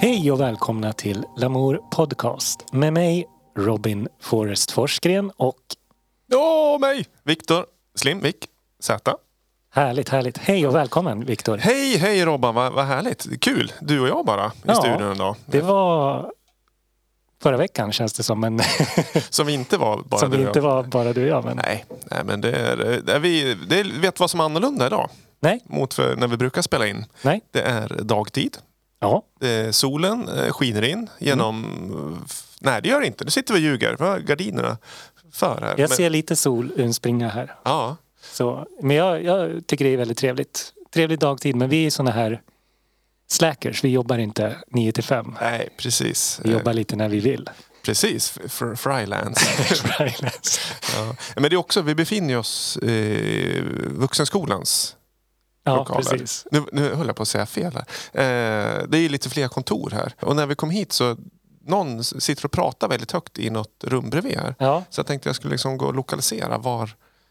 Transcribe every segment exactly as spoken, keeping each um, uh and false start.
Hej och välkomna till L'Amour Podcast med mig Robin Forrest Forsgren och... Ja, mig! Viktor Slimvik, Z. Härligt, härligt. Hej och välkommen, Viktor. Hej, hej Robban, vad, vad härligt. Kul, du och jag bara i ja, studion idag. Det var förra veckan känns det som. Men som inte var bara som du och inte jag. var bara du och jag. Men... Nej, nej, men det är, det är vi det vet vad som är annorlunda idag. Nej. Mot för när vi brukar spela in. Nej. Det är dagtid. Ja. Det, solen skiner in genom... Mm. Nej, det gör det inte. Nu sitter vi och ljuger. Vad har gardinerna för här? Jag men... ser lite sol springa här. Ja. Så, men jag, jag tycker det är väldigt trevligt. Trevlig dagtid, men vi är såna här slackers. Vi jobbar inte nio till fem. Nej, precis. Vi jobbar lite när vi vill. Precis, för freelance. freelance. Ja. Men det är också, vi befinner oss i eh, vuxenskolans ja, lokaler. Precis. Nu, nu höll jag på att säga fel här. Eh, det är lite fler kontor här. Och när vi kom hit så någon sitter och pratar väldigt högt i något rum bredvid här. Ja. Så jag tänkte jag skulle liksom gå och lokalisera var,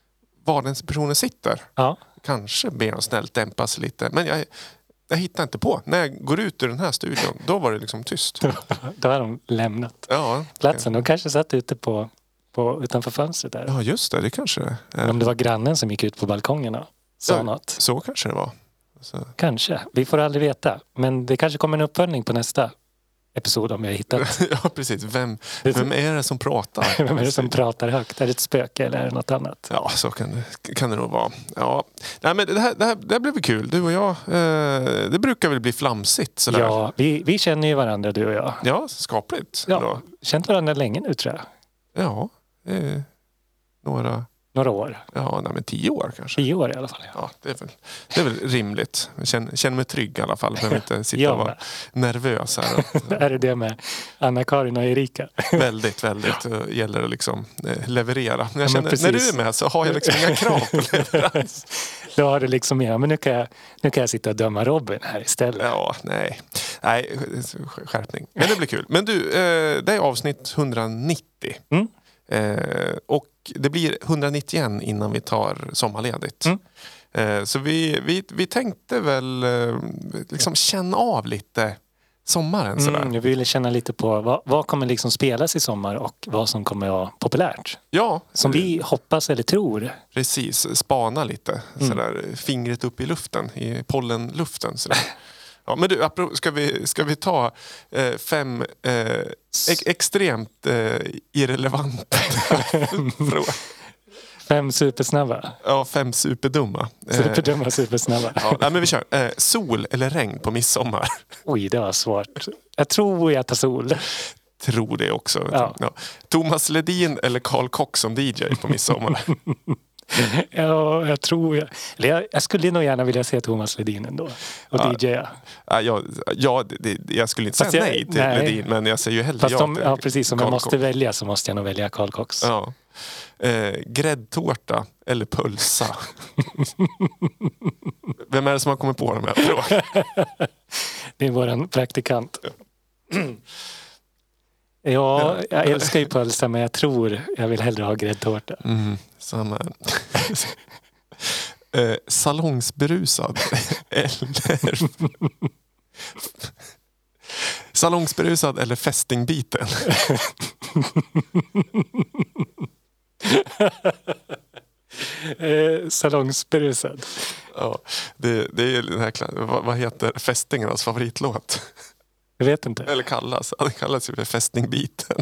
var den personen sitter. Ja. Kanske ber de snällt dämpa sig lite. Men jag, jag hittar inte på. När jag går ut ur den här studion, då var det liksom tyst. Då har de lämnat ja, platsen. De kanske satt ute på, på, utanför fönstret där. Ja, just det. Det kanske det är. Om det var grannen som gick ut på balkongen och sa ja, något. Så kanske det var. Så. Kanske. Vi får aldrig veta. Men det kanske kommer en uppföljning på nästa episod om jag har hittat. Ja, precis. Vem, vem är det som pratar? Vem är det som pratar högt? Är det ett spöke eller är det något annat? Ja, så kan det, kan det nog vara. Ja. Nej, men det här, det här, det här blev kul. Du och jag, eh, det brukar väl bli flamsigt sådär. Ja, vi, vi känner ju varandra, du och jag. Ja, skapligt. Ja, då. känt varandra länge nu tror jag. Ja, eh, några... Några år. Ja, nej, men tio år kanske. Tio år i alla fall. Ja, ja det, är väl, det är väl rimligt. Jag känner, känner mig trygg i alla fall. Jag behöver inte sitta och vara nervös här. Är det det med Anna-Karin och Erika? Väldigt, väldigt. Det gäller att liksom eh, leverera. Jag ja, känner, när du är med så har jag liksom inga krav på leverans. Då har du liksom, ja, men nu kan, jag, nu kan jag sitta och döma Robin här istället. Ja, nej. Nej, skärpning. Men det blir kul. Men du, eh, det är avsnitt hundranittio. Mm. Eh, och det blir hundranittioen innan vi tar sommarledigt. Mm. Eh, så vi, vi, vi tänkte väl eh, liksom känna av lite sommaren. Sådär. Mm, jag ville känna lite på vad, vad kommer liksom spelas i sommar och vad som kommer att vara populärt. Ja. Som vi hoppas eller tror. Precis, spana lite. Mm. Sådär, fingret upp i luften, i pollenluften. Sådär. Ja, men du, ska vi, ska vi ta eh, fem eh, ex- extremt eh, irrelevanta frågor? Fem supersnabba. Ja, fem superdumma. Superdumma, supersnabba. Ja, nej, men vi kör. Eh, sol eller regn på midsommar? Oj, det var svårt. Jag tror jag tar sol. Tror det också. Ja. Ja. Thomas Ledin eller Carl Cox som D J på midsommar? Ja, jag tror jag, eller jag... Jag skulle nog gärna vilja se Thomas Ledin ändå. Och ja. D J:a. Ja, ja, ja det, det, jag skulle inte Fast säga jag, nej till nej. Ledin, men jag säger ju hellre Fast ja om, till ja, precis. Om Carl jag måste Cox. välja så måste jag nog välja Carl Cox. Ja. Eh, gräddtårta eller pölsa? Vem är det som har kommit på de här frågorna? Det är våran praktikant. Ja, jag älskar ju pölsa, men jag tror jag vill hellre ha gräddtårta. Mm, samma. eh, salongsberusad eller salongsberusad eller fästingbiten? eh, salongsberusad. Ja, det, det är den här, vad, vad heter fästingarnas favoritlåt? Jag vet inte. Eller kallas, det kallas ju för fästingbiten.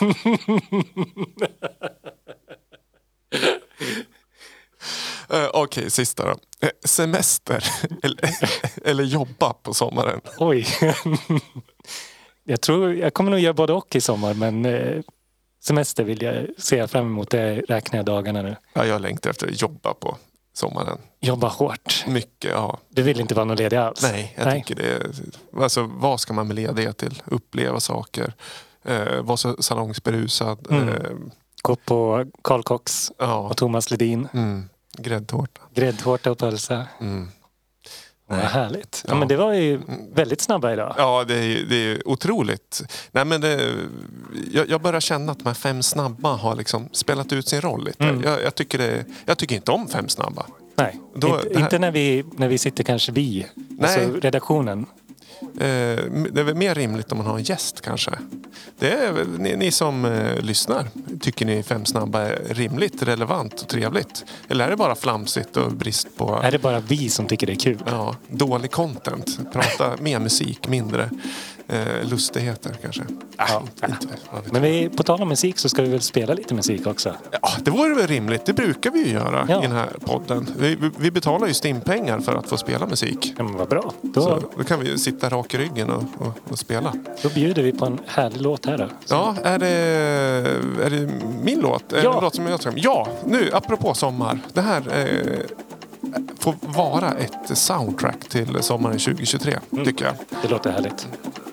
uh, Okej, okay, sista då. Uh, semester eller, eller jobba på sommaren? Oj. Jag tror, jag kommer nog göra både och i sommar, men eh, semester vill jag se fram emot. Det räknar jag dagarna nu. Ja, jag längtar efter att jobba på sommaren. Jobba hårt. Mycket, ja. Du vill inte vara någon ledig alls? Nej, jag Nej. tycker det är... Alltså, vad ska man med ledighet till? Uppleva saker. Eh, vara så salongsberusad. Mm. Eh, Gå på Carl Cox ja. och Thomas Ledin. Mm. Gräddtårta. Gräddtårta och pölsa. Mm. Vad härligt. Ja. Ja. Men det var ju väldigt snabba idag. Ja, det är, det är otroligt. Nej, men det, jag, jag börjar känna att de här fem snabba har liksom spelat ut sin roll lite. Mm. Jag, jag, tycker det, jag tycker inte om fem snabba. Nej, Då, inte, här... inte när, vi, när vi sitter kanske vi, alltså redaktionen. Eh, det är väl mer rimligt om man har en gäst kanske. Det är väl, ni, ni som eh, lyssnar, tycker ni Fem snabba är rimligt, relevant och trevligt? Eller är det bara flamsigt och brist på... Är det bara vi som tycker det är kul? Ja, dålig content. Prata mer musik, mindre eh, lustigheter kanske. Ja, äh, inte, men vi, på tal om musik så ska vi väl spela lite musik också? Ja, det vore väl rimligt. Det brukar vi ju göra ja. i den här podden. Vi, vi betalar ju stimpengar för att få spela musik. Ja, men vad bra. Då, så då kan vi sitta rak i ryggen och, och, och spela. Då bjuder vi på en härlig låt här då. Så. Ja, är det, är det min låt? Är ja. det en låt som jag ska... Ja, nu apropå sommar. Det här eh, får vara ett soundtrack till sommaren tjugo tjugotre, mm. tycker jag. Det låter härligt.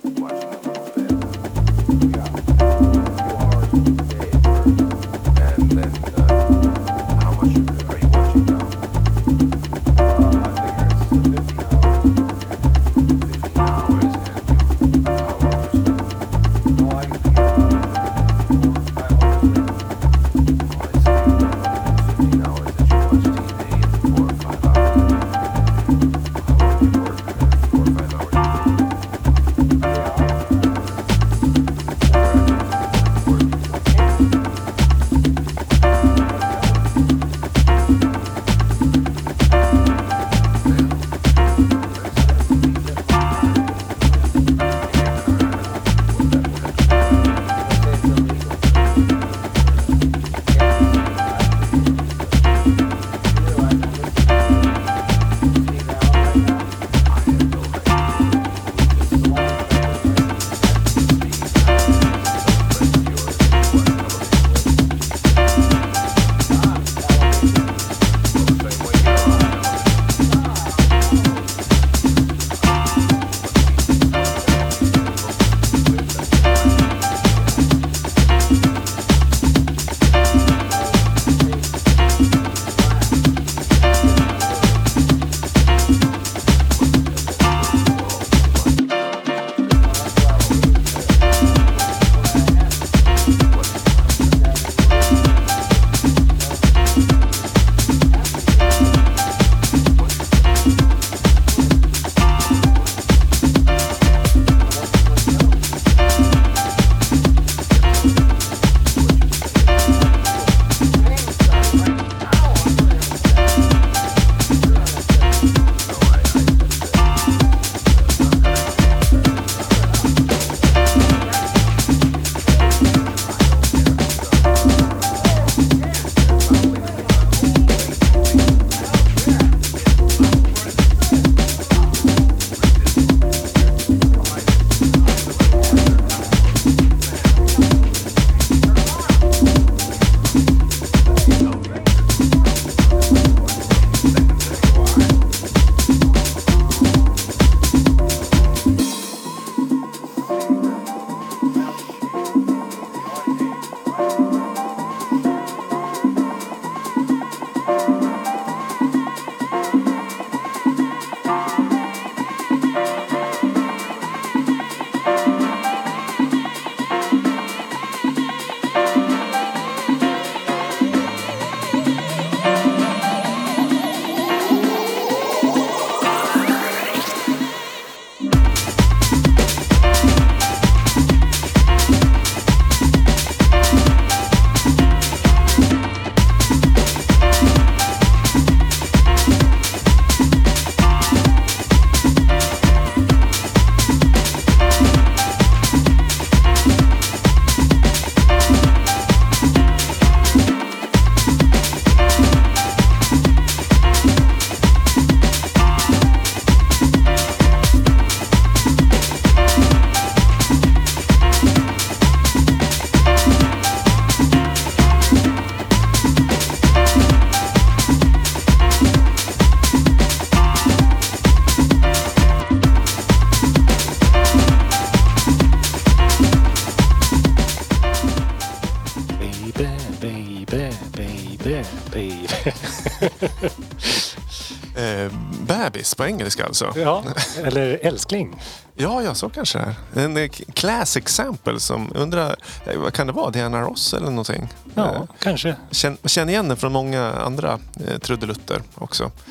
eh, bebis på engelska alltså. Ja, eller älskling. Ja, ja, så kanske det är. En class example som undrar, vad kan det vara? Diana Ross eller någonting? Ja, eh, kanske. Känn, känn igen den från många andra eh, trudelutter också.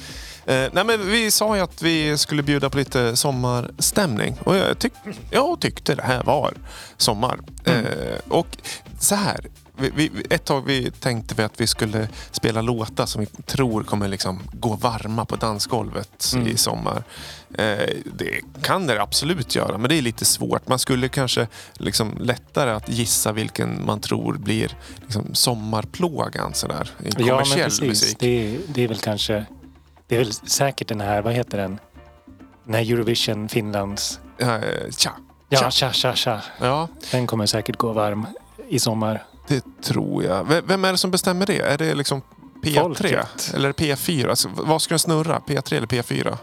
Eh, nej men vi sa ju att vi skulle bjuda på lite sommarstämning. Och jag, tyck, jag tyckte det här var sommar. Mm. Eh, och så här... Vi, vi, ett tag vi tänkte vi att vi skulle spela låtar som vi tror kommer liksom gå varma på dansgolvet mm. i sommar. Eh, det kan det absolut göra, men det är lite svårt. Man skulle kanske liksom lättare att gissa vilken man tror blir liksom sommarplågan sådär, i kommersiell ja, men precis. musik. Det är, det är väl kanske, det är väl säkert den här, vad heter den? Den här Eurovision Finlands... Eh, tja, ja, tja, tja, tja. Ja. Den kommer säkert gå varm i sommar. Det tror jag. Vem är det som bestämmer det? Är det liksom P tre Folket. Eller P fyra? Alltså, vad ska den snurra? P tre eller P fyra?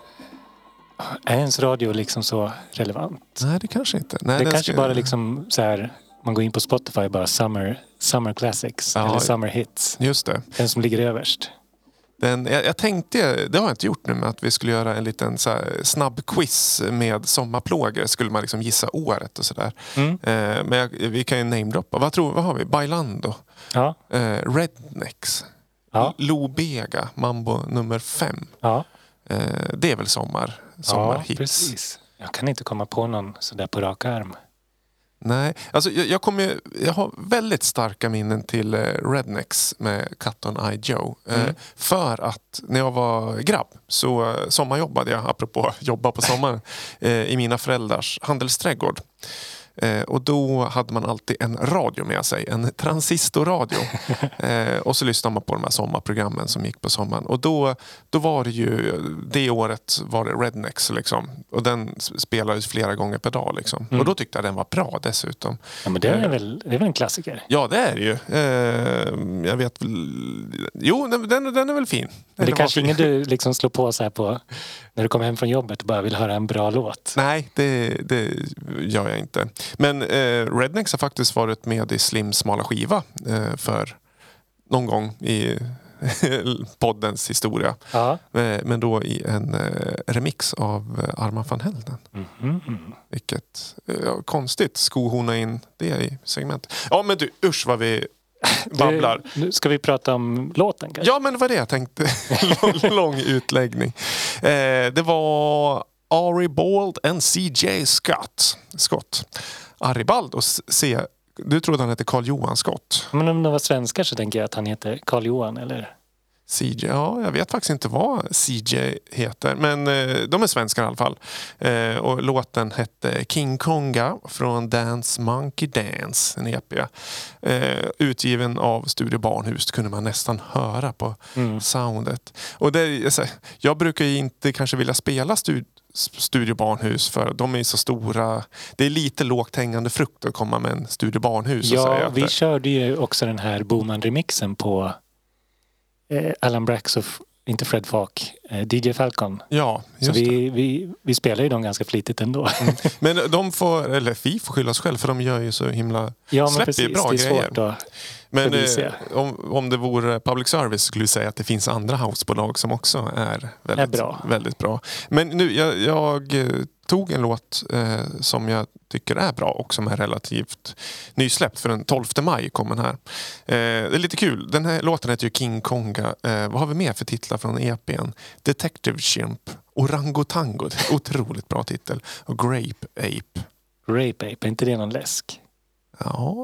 Är ens radio liksom så relevant? Nej, det kanske inte. Nej, det kanske ska... bara liksom så här, man går in på Spotify bara Summer, summer Classics ja, eller Summer Hits. Just det. Den som ligger överst. Den, jag, jag tänkte, det har jag inte gjort nu, med att vi skulle göra en liten så här, snabb quiz med sommarplågor. Skulle man liksom gissa året och sådär. Mm. Eh, men jag, vi kan ju namedroppa. Vad tror vad har vi? Bailando. Ja. Eh, Rednecks. Ja. Lobega, Mambo nummer fem. Ja. Eh, det är väl sommar, sommarhits. Ja, precis. Jag kan inte komma på någon sådär på rak arm. Nej, alltså jag, jag, kommer, jag har väldigt starka minnen till eh, Rednecks med Cotton Eye Joe. Eh, mm. För att när jag var grabb så eh, sommarjobbade jag, apropå jobba på sommaren, eh, i mina föräldrars handelsträdgård. Eh, och då hade man alltid en radio med sig, en transistorradio. eh, och så lyssnade man på de här sommarprogrammen som gick på sommaren. Och då, då var det ju, det året var det Rednecks liksom. Och den spelades flera gånger per dag liksom. Mm. Och då tyckte jag den var bra dessutom. Ja, men det är väl, det är väl en klassiker? Ja, det är det ju. Eh, jag vet jo, den, den är väl fin. Men det är kanske ingen du liksom slår på så här på när du kommer hem från jobbet och bara vill höra en bra låt. Nej, det, det gör jag inte. Men eh, Rednecks har faktiskt varit med i Slims smala skiva eh, för någon gång i poddens historia. Ja. Eh, men då i en eh, remix av eh, Armand van Helden. Mm-hmm. Vilket eh, konstigt skohorna in det i segmentet. Ja, men du, usch vad vi babblar. Du, nu ska vi prata om låten kanske? Ja, men det var det jag tänkte. lång, lång utläggning. Eh, det var Ari Bald and C J Scott. Scott. Aribald och C. Du trodde han hette Carl Johan Scott. Men om det var svenskar så tänker jag att han heter Carl Johan, eller? C J, ja, jag vet faktiskt inte vad C J heter. Men eh, de är svenskar i alla fall. Eh, och låten hette King Konga från Dance Monkey Dance, en E P. Eh, utgiven av Studio Barnhus, kunde man nästan höra på mm. soundet. Och det, alltså, jag brukar ju inte kanske vilja spela stud- Studio Barnhus för de är så stora. Det är lite lågt hängande frukt att komma med en Studio Barnhus. Ja, och säga att vi det... körde ju också den här Boman-remixen på eh, Alan Brax och inte Fred Falk, eh, D J Falcon. Ja, just så vi, vi, vi spelar ju dem ganska flitigt ändå. Mm. Men de får, eller vi får skylla oss själv för de gör ju så himla ja, men släpper precis, bra det är grejer. Svårt att men eh, om, om det vore public service skulle vi säga att det finns andra housebolag som också är väldigt, är bra. väldigt bra. Men nu, jag, jag tog en låt eh, som jag tycker är bra och som är relativt nysläppt, för den tolfte maj kommer den här. Eh, det är lite kul. Den här låten heter ju King Konga. Eh, vad har vi mer för titlar från E P:n? Detective Chimp, Orangotango, otroligt bra titel. Och Grape Ape. Grape Ape, är inte det någon läsk? Ja,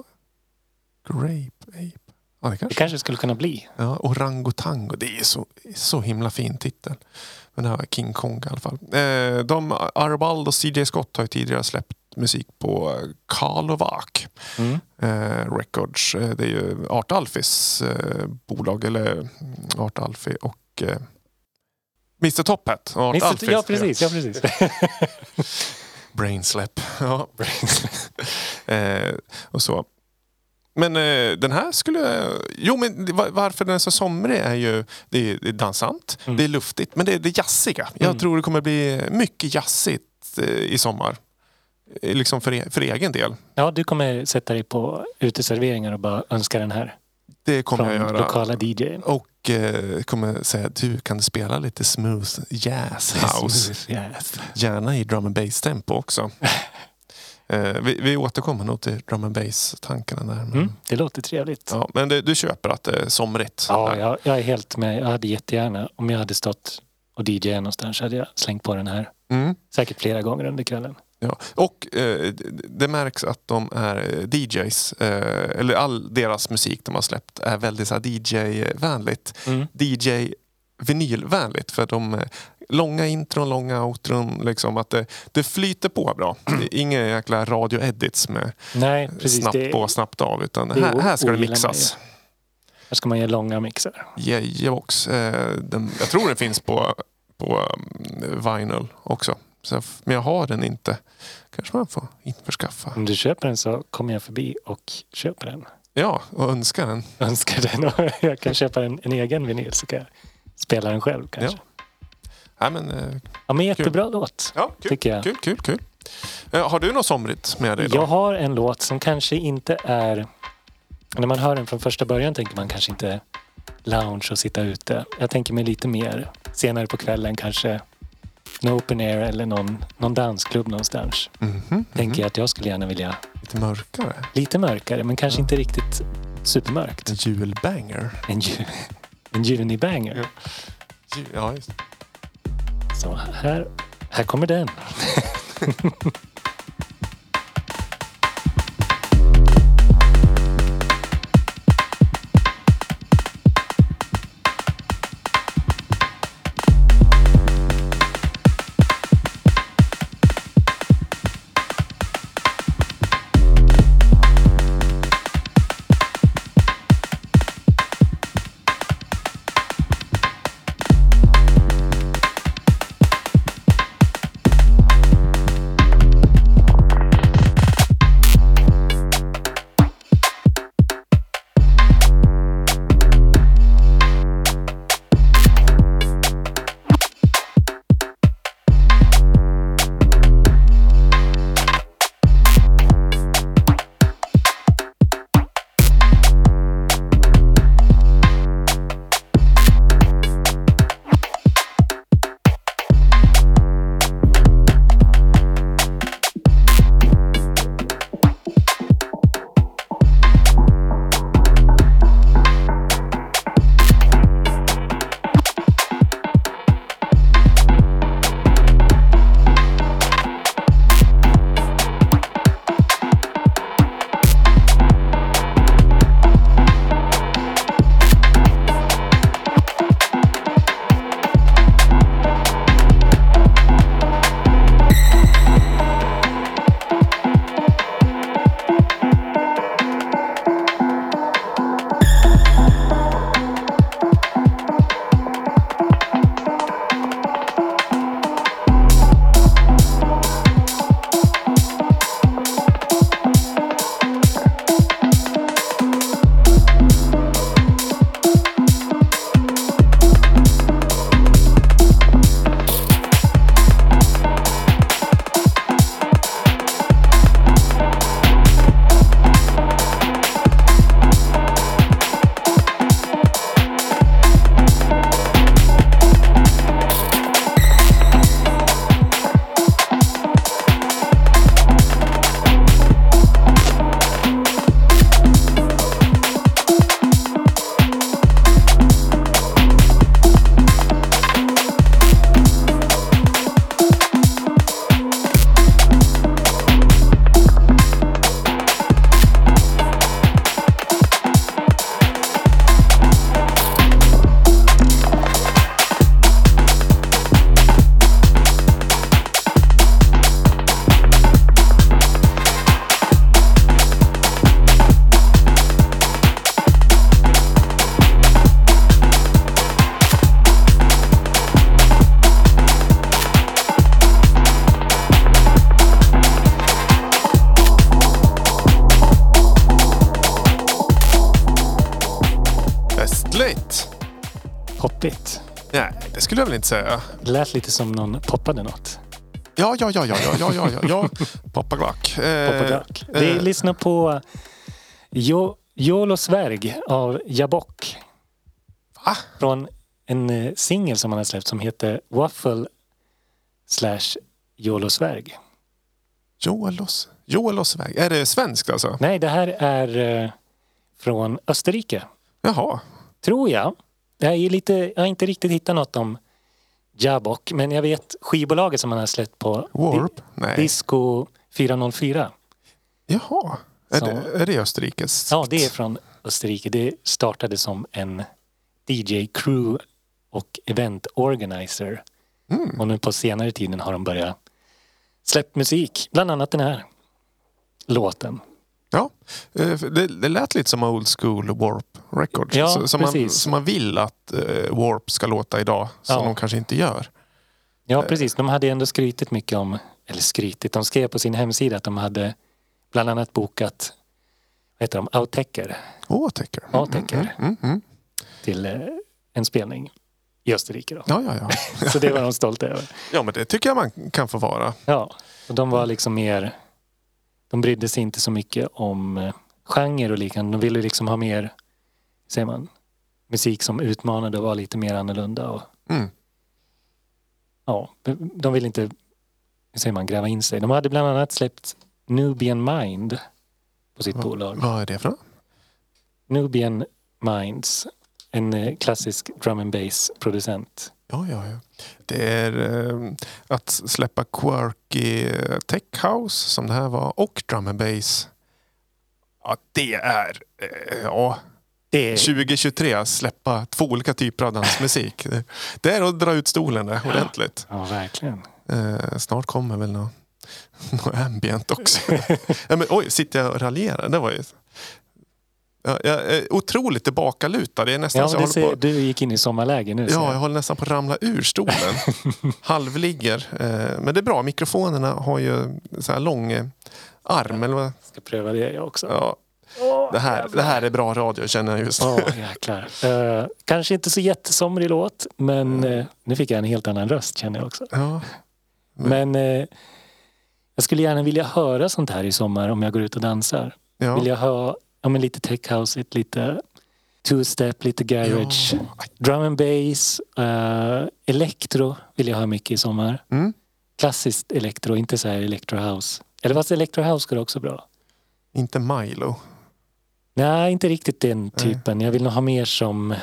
Grape Ape. Ja, det, kanske. det kanske skulle kunna bli. Ja, Orangotango, det är så, så himla fin titel. Men det här var King Kong i alla fall. Eh, de, Arbald och C J Scott har ju tidigare släppt musik på Karlovac mm. eh, Records. Det är ju Art Alfis eh, bolag, eller Art Alfi och eh, mister Top Hat. Art mister Alfis, ja, precis. Ja, precis. Brainslap. Ja. eh, och så. Men eh, den här skulle... Jo, men varför den är så somrig är ju... Det är, det är dansant, mm. det är luftigt, men det är det jazziga. Jag mm. tror det kommer bli mycket jazzigt eh, i sommar. Liksom för, e- för egen del. Ja, du kommer sätta dig på uteserveringar och bara önska den här. Det kommer från jag göra. Lokala D J. Och eh, kommer säga att du kan spela lite smooth jazz house. Smooth jazz. Gärna i drum and bass tempo också. Eh, vi, vi återkommer nog till drum and bass-tankarna där. Men... Mm, det låter trevligt. Ja, men det, du köper att det är somrigt? Ja, jag, jag är helt med. Jag hade jättegärna, om jag hade stått och D J någonstans hade jag slängt på den här. Mm. Säkert flera gånger under kvällen. Ja. Och eh, det märks att de är D Js, eh, eller all deras musik de har släppt är väldigt så här, D J-vänligt. Mm. D J-vinylvänligt, för de långa intron, långa outron, liksom att det, det flyter på bra. Det är inga jäkla radio-edits med Nej, precis, snabbt det, på och snabbt av, utan det här, här ska det ogillar mixas. Här ska man ge långa mixar. Jajebox. Eh, den, jag tror den finns på, på um, vinyl också. Så, men jag har den inte. Kanske man får införskaffa. Om du köper den så kommer jag förbi och köper den. Ja, och önskar den. Önskar den och jag kan köpa en, en egen vinyl så kan jag spela den själv kanske. Ja. Ja, men, eh, ja, men jättebra låt, ja, kul, tycker jag. Kul, kul, kul. Eh, har du något somrigt med dig idag? Jag har en låt som kanske inte är... När man hör den från första början tänker man kanske inte lounge och sitta ute. Jag tänker mig lite mer senare på kvällen, kanske en open air eller någon, någon dansklubb någonstans. Mm-hmm, mm-hmm. Tänker jag att jag skulle gärna vilja... Lite mörkare? Lite mörkare, men kanske ja. inte riktigt supermörkt. En julbanger? En, ju, en junibanger. Ja, ja just. Så här, här kommer den. Poppigt. Nej, det skulle jag väl inte säga. Det lät lite som någon poppade något. Ja, ja, ja, ja, ja, ja, ja, ja, ja. Poppaglack. Eh, Poppaglack. Vi eh. lyssnar på jo, Jolo Sverg av Jabok. Va? Från en eh, singel som han har släppt som heter Waffle slash Jolo Sverg. Jolos, Jolo Sverg. Är det svenskt alltså? Nej, det här är eh, från Österrike. Jaha. Tror jag. Jag, är lite, jag har inte riktigt hittat något om Jabok. Men jag vet skivbolaget som man har släppt på Warp? Di- Nej. Disco fyra noll fyra. Jaha. Är, Så- det, är det Österrikes? Ja, det är från Österrike. Det startade som en D J-crew och event organizer. Mm. Och nu på senare tiden har de börjat släppt musik. Bland annat den här låten. Ja, eh, det, det lät lite som old school Warp Records. Ja, Så- som, man, precis. som man vill att eh, Warp ska låta idag. Som Ja. de kanske inte gör. Ja, precis. De hade ändå skrytit mycket om, eller skrytit, de skrev på sin hemsida att de hade bland annat bokat, vad heter de, Outtaker Åh, täcker. Mm, Outtaker. Mm, mm, mm. till eh, en spelning i Österrike då. Ja, ja, ja. Så det var de stolta över. Ja, men det tycker jag man kan få vara. Ja, och de var liksom mer, de brydde sig inte så mycket om eh, genre och liknande. De ville liksom ha mer, säger man, musik som utmanade och var lite mer annorlunda. Och, Mm. ja, de ville inte, hur säger man, gräva in sig. De hade bland annat släppt Nubian Mind på sitt bolag. Vad är det för något? Nubian Minds, en eh, klassisk drum and bass producent. Ja, ja, ja. Det är eh, att släppa quirky eh, tech house som det här var och drum and bass. Ja, det är eh, ja, Det är, tjugo tjugotre släppa två olika typer av dansmusik. Det, det är att dra ut stolen där, ordentligt. ja, verkligen. Eh, snart kommer väl något, något ambient också. Ja, men, oj, sitter jag och raljerar? Det var ju... Ja, jag är otroligt tillbakalutad. Det är nästan Ja, så men jag det håller ser, på... du gick in i sommarläge nu. ser Ja, jag. jag håller nästan på att ramla ur stolen. Halvligger. Eh, men det är bra. Mikrofonerna har ju så här lång eh, arm. Eller vad? Ska pröva det jag också. Ja, Åh, det, här, jävlar. det här är bra radio känner jag just. Åh, jäklar. Uh, kanske inte så jättesomrig låt, men uh, nu fick jag en helt annan röst känner jag också. Ja. Men uh, jag skulle gärna vilja höra sånt här i sommar om jag går ut och dansar. Ja. Vill jag ha ja, men lite tech house, lite two-step, lite garage, Ja. drum and bass, uh, elektro vill jag ha mycket i sommar. Mm. Klassiskt elektro, inte så här electro house. Eller fast electro house går också bra. Inte Milo. Nej, inte riktigt den typen. Jag vill nog ha mer som,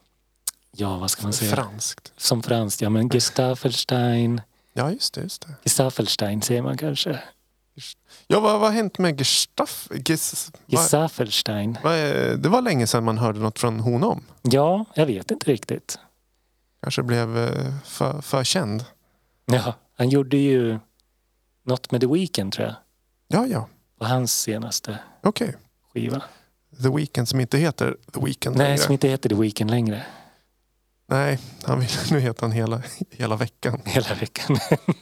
ja vad ska man säga? Franskt. Som franskt, ja men Gestafelstein. Ja, just det. Just det. Gestafelstein säger man kanske. Ja, vad, vad har hänt med Gestaff? Ges, vad, Gestafelstein. vad är, det var länge sedan man hörde något från honom. Ja, jag vet inte riktigt. Kanske blev eh, för, för känd. Ja, han gjorde ju något med The Weeknd tror jag. Ja, ja. På hans senaste Okej. skiva. The Weeknd som inte heter The Weeknd Nej, längre. som inte heter The Weeknd längre. Nej, han vill, nu heter han hela, hela veckan. Hela veckan.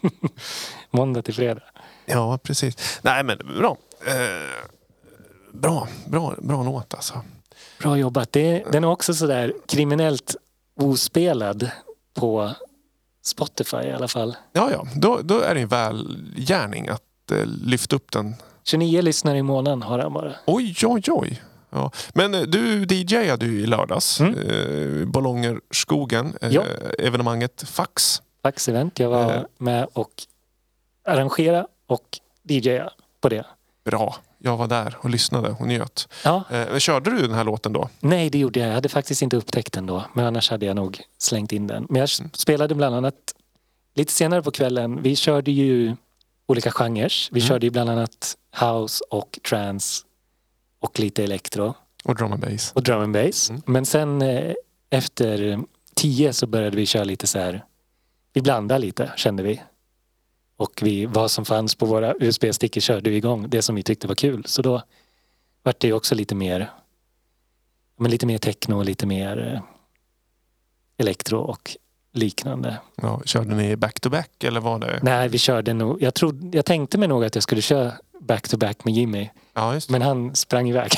Måndag till fredag. Ja, precis. Nej, men bra. Eh, bra, bra, bra låt alltså. Bra jobbat. Det, den är också sådär kriminellt ospelad på Spotify i alla fall. Ja, ja. Då, då är det en välgärning att eh, lyfta upp den. tjugonio lyssnare i månaden har han bara. Oj, oj, oj. Ja. Men eh, du D J:ade ju i lördags. Mm. Eh, Ballongerskogen. Eh, Ja. Evenemanget Fax. Fax event. Jag var Eh. med och arrangera och D J:a på det. Bra. Jag var där och lyssnade och njöt. Ja, Eh, körde du den här låten då? nej det gjorde jag. Jag hade faktiskt inte upptäckt den då. Men annars hade jag nog slängt in den. Men jag spelade bland annat lite senare på kvällen. Vi körde ju olika genrer. Vi Mm. körde ju bland annat house och trance och lite elektro Och drum and bass. och drum and bass. Mm. Men sen eh, efter tio så började vi köra lite så här. Vi blandade lite kände vi. Och vi, vad som fanns på våra U S B-stickor körde vi igång. Det som vi tyckte var kul. Så då var det ju också lite mer men lite mer techno, lite mer eh, elektro och liknande. Ja, körde ni back-to-back eller var det? Nej, vi körde nog, jag, trodde, jag tänkte mig nog att jag skulle köra back-to-back med Jimmy. Ja, just det. Men han sprang iväg.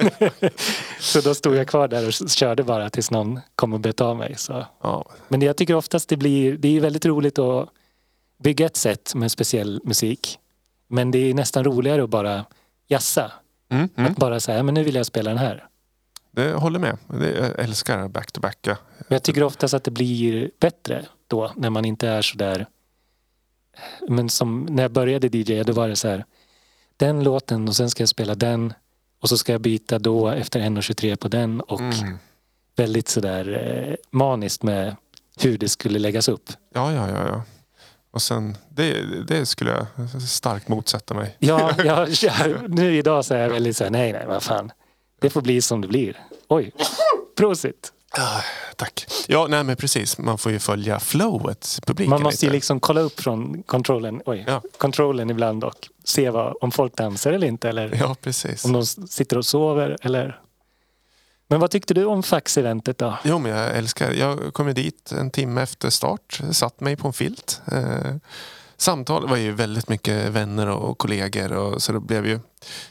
Så då stod jag kvar där och körde bara tills någon kom och bet av mig. Så. Ja. Men det, jag tycker oftast det blir, det är väldigt roligt att bygga ett set med speciell musik. Men det är nästan roligare att bara jassa. Mm, mm. Att bara säga, men nu vill jag spela den här. Det håller med. Det, jag älskar back-to-backa. Men jag tycker oftast att det blir bättre då när man inte är så där. Men som när jag började D J då var det så här. Den låten och sen ska jag spela den. Och så ska jag byta då efter en tjugotre på den. Och Mm. väldigt sådär eh, maniskt med hur det skulle läggas upp. Ja, ja, ja, ja. Och sen, det, det skulle jag starkt motsätta mig. Ja, ja, ja, nu idag så är jag väldigt så här, nej, nej, vad fan. Det får bli som det blir. Oj, prosit. Ah, tack. Ja, nej men precis. Man får ju följa flowet, publiken. Man måste lite. ju liksom kolla upp från kontrollen, oj, Ja. kontrollen ibland och se vad, om folk dansar eller inte. Eller Ja, precis. om de sitter och sover eller... Men vad tyckte du om fax-eventet då? Jo, men jag älskar. Jag kom ju dit en timme efter start. Satt mig på en filt. Eh, samtal var ju väldigt mycket vänner och kollegor. Och så det blev ju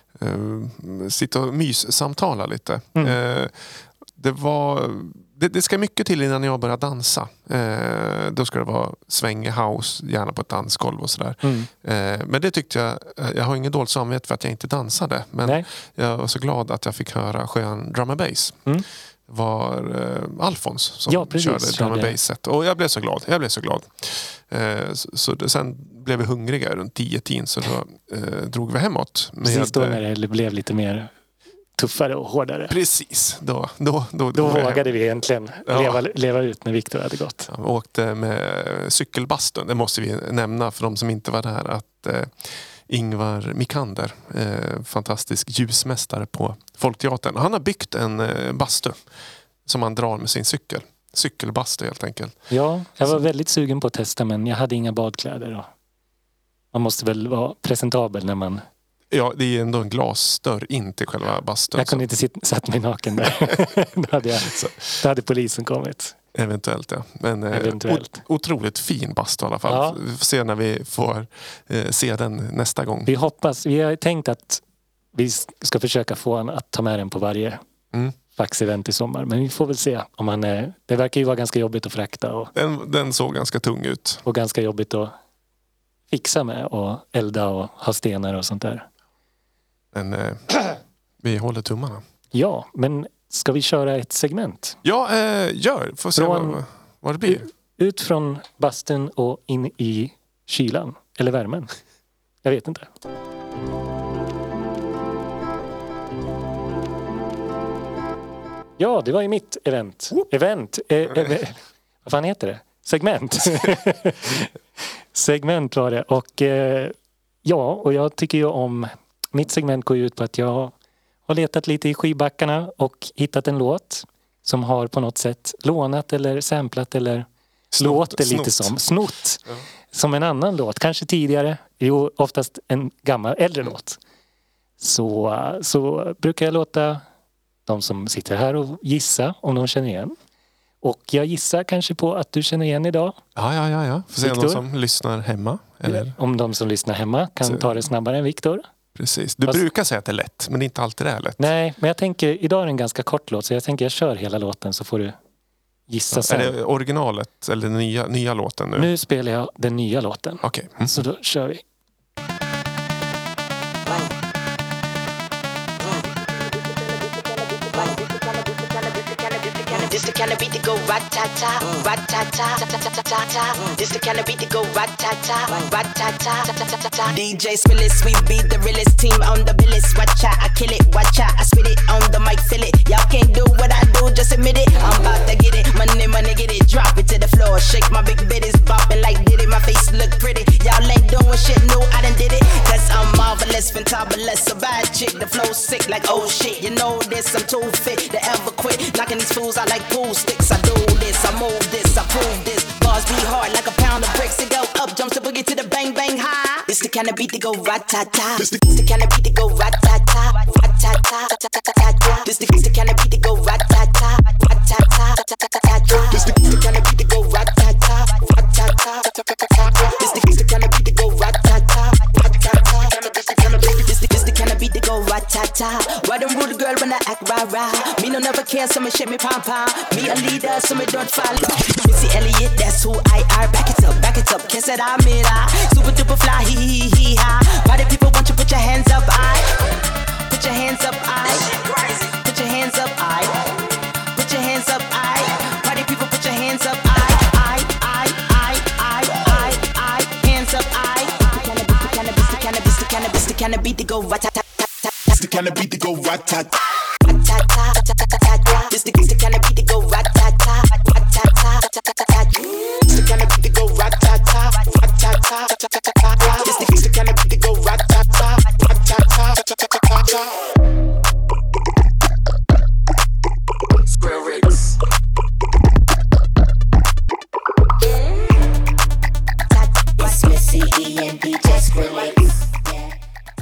eh, sitta och mys-samtala lite. Mm. Eh, det var... Det, det ska mycket till innan jag börjar dansa. Eh, då ska det vara svängig house, gärna på ett dansgolv och sådär. Mm. Eh, men det tyckte jag, jag har ingen dåligt samvete för att jag inte dansade. Men Nej. jag var så glad att jag fick höra skön drum and bass. Mm. var eh, Alfons som Ja, precis, körde drum and körde. basset. Och jag blev så glad. Jag blev så glad. Eh, så, så det, sen blev vi hungriga runt tio tiden så då eh, drog vi hemåt. Med, Precis då när det blev lite mer tuffare och hårdare. Precis, då, då, då, Då då vågade vi egentligen Ja. leva, leva ut när Viktor hade gått. Jag åkte med cykelbastun. Det måste vi nämna för de som inte var där att eh, Ingvar Mikander, eh, fantastisk ljusmästare på Folkteatern. Han har byggt en eh, bastu som han drar med sin cykel. Cykelbastu helt enkelt. Ja, jag var väldigt sugen på att testa men jag hade inga badkläder. Och man måste väl vara presentabel när man... Ja, det är ändå en glasdörr in till själva bastun. Jag kunde inte sitta, satt mig naken där. då, hade jag, då hade polisen kommit. Eventuellt, ja. Men eh, Eventuellt. o- otroligt fin bastu i alla fall. Ja. Vi får se när vi får eh, se den nästa gång. Vi hoppas, vi har tänkt att vi ska försöka få han att ta med den på varje Mm. fax-event i sommar. Men vi får väl se om han är... Det verkar ju vara ganska jobbigt att frakta och, Den, den såg ganska tung ut. och ganska jobbigt att fixa med och elda och ha stenar och sånt där. Men eh, vi håller tummarna. Ja, men ska vi köra ett segment? Ja, eh, gör. Får se Från- vad, vad det blir. Ut från bastun och in i kylan. Eller värmen. Jag vet inte. Ja, det var ju mitt event. Event. Eh, eh, vad fan heter det? Segment. Segment var det. Och eh, ja, och jag tycker ju om... Mitt segment går ju ut på att jag har letat lite i skivbackarna och hittat en låt som har på något sätt lånat eller samplat eller Snott, låter lite snott. som snott. Ja. Som en annan låt, kanske tidigare, jo oftast en gammal äldre låt. Så, så brukar jag låta de som sitter här och gissa om de känner igen. Och jag gissar kanske på att du känner igen idag. Ja, ja, ja. ja. Får se Viktor? någon som lyssnar hemma. Eller? Om de som lyssnar hemma kan Så- ta det snabbare än Viktor. Precis. Du Fast- brukar säga att det är lätt, men det är inte alltid det är lätt. Nej, men jag tänker, idag är det en ganska kort låt så jag tänker jag kör hela låten så får du gissa sen. Är det originalet eller den nya, nya låten nu? Nu spelar jag den nya låten. Okej. Mm. Så då kör vi. This the kind of beat to go rat-ta-ta, rat-ta-ta, ta-ta-ta-ta. This the kind of beat to go rat-ta-ta, rat-ta-ta, ta-ta-ta-ta. D J Spillis, we beat the realest team on the billis. Watch out, I kill it, watch out, I spit it on the mic, feel it. Y'all can't do what I do, just admit it. I'm about to get it, money, money, get it, drop it to the floor. Shake my big bitties, bopping like did it. My face look pretty, y'all ain't doing shit, no, I done did it. Cause I'm marvelous, fantabulous, a bad chick. The flow sick like oh shit, you know this, I'm too fit to ever quit. Knocking these fools out like pool sticks. I do this, I move this, I prove this. Bars be hard like a pound of bricks. It go up, jumps the boogie to the bang bang high. It's the kind of beat to go rat-ta-ta. It's the, it's the kind of beat to go rat-ta-ta, rat-ta-ta, ta-ta-ta-ta. This the, it's the kind of beat to go rat-ta-ta, rat-ta-ta, ta-ta-ta-ta. This the, it's the kind of beat to go rat-ta-ta, rat-ta-ta, ta-ta-ta-ta. This the, it's the kind of beat to go rat-ta-ta, rat-ta-ta. This the, this the kind of beat to go rat-ta-ta. Why them rude girl when I act rah-rah? Me no never care, so me shake me pom-pom. Me a leader, so me don't follow. Missy Elliott, that's who I are. Back it up, back it up, kiss it, I'm it, ah. Super duper fly, hee hee hee ha. Why the people want you put your hands up, I? Put your hands up, I. Put your hands up, I. Put your hands up, I. Party people, put your hands up, I. I, I, I, I, I, I. Hands up, I. This the kind of, this the kind of, this the kind of beat to go rat-ta-ta. It's the kind of beat to go rat-tat. This the, this the kind of beat to go rat-ta-ta, rat-ta-ta, ta-ta-ta-ta. It's the kind of beat to go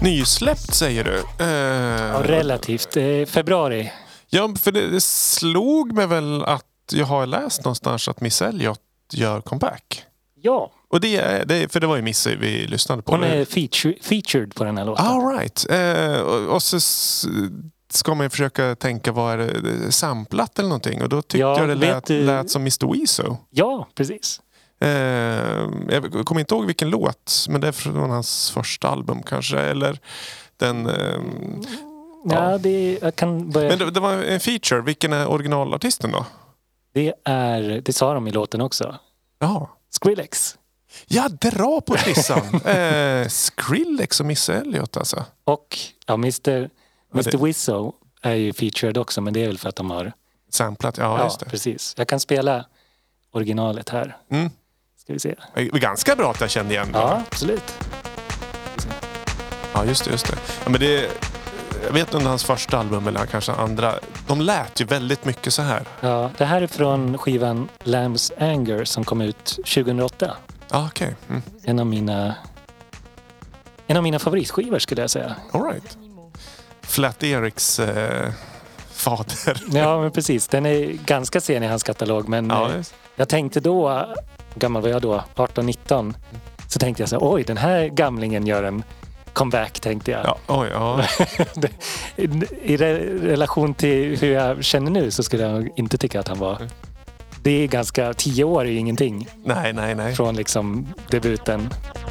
Nysläppt säger du? Eh, Ja, relativt. Eh, februari. Ja, för det, det slog mig väl att jag har läst någonstans att Miss Elliot gör comeback. Ja, Och det är, det, för det var ju Miss vi lyssnade på. hon är feature, featured på den här låten. All right. Eh, och, och så s- ska man ju försöka tänka vad är det, samplat eller någonting. Och då tyckte Ja, jag det vet lät, du- lät som mister Weezo. Ja, precis. Eh, jag kommer inte ihåg vilken låt, men det är från hans första album kanske. Eller den... Eh, Ja, Ja. det, jag kan börja. men det, det var en feature. Vilken är originalartisten då? Det är, det sa de i låten också. Ja. Skrillex. Ja, dra på trissan. eh, Skrillex och Miss Elliot alltså. Och ja, mister Ja, mister det- Wizzo är ju featured också, men det är väl för att de har... Samplat, ja, Ja, just det. precis. Jag kan spela originalet här. Mm. Ska vi se. Det var ganska bra att jag kände igen det. Ja, absolut. Ja, just det, just det. Ja, men det jag vet inte om hans första album eller kanske andra. De lät ju väldigt mycket så här. Ja, det här är från skivan Lamb's Anger som kom ut tjugohundraåtta. Ja, okej. Mm. En av mina en av mina favoritskivor skulle jag säga. All right. Flat Erics eh, fader. Ja, men precis. Den är ganska sen i hans katalog, men Ja, eh, just. jag tänkte då, hur gammal var jag då? arton nitton. Så tänkte jag så här, oj, den här gamlingen gör en comeback, tänkte jag. Ja, oj, ja. I, I re- relation till hur jag känner nu så skulle jag inte tycka att han var... Det är ganska... Tio år är ju ingenting Nej, nej, nej. från liksom debuten.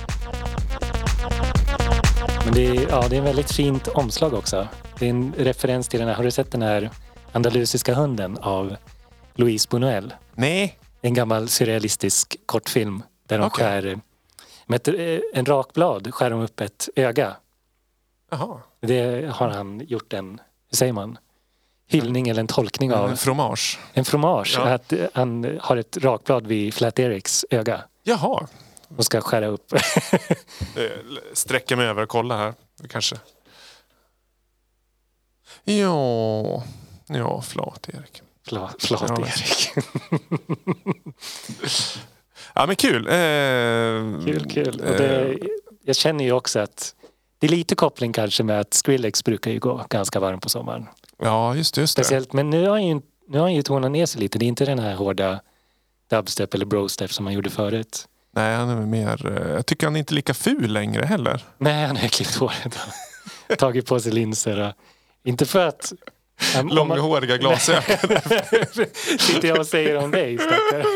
Men det är, ja, det är en väldigt fint omslag också. Det är en referens till den här... Har du sett den här andalusiska hunden av Louise Buñuel? Nej. En gammal surrealistisk kortfilm där de Okej. skär... Med ett, en rakblad skär de upp ett öga. Jaha. Det har han gjort en, hur säger man, hyllning eller en tolkning av. En fromage. En fromage. Ja. Att han har ett rakblad vid Flat Erics öga Jaha. och ska skära upp. Eh, Sträcka mig över och kolla här. Kanske. Ja. Ja, Flat Erik. Flat, flat Ja. Erik. Ja, men kul. Eh, Kul, kul. Och eh, det, jag känner ju också att det är lite koppling kanske med att Skrillex brukar ju gå ganska varm på sommaren. Ja, just det. Just det. Speciellt, men nu har han ju, nu har han ju tonat ner sig lite. Det är inte den här hårda dubstep eller brostep som han gjorde förut. Nej, han är väl mer... eh, Jag tycker han är inte lika ful längre heller. Nej, han har klippt håret och tagit på sig linser. Och, inte för att... Um, om man- Långhåriga glasögon. sitter jag och säger om dig, stackare.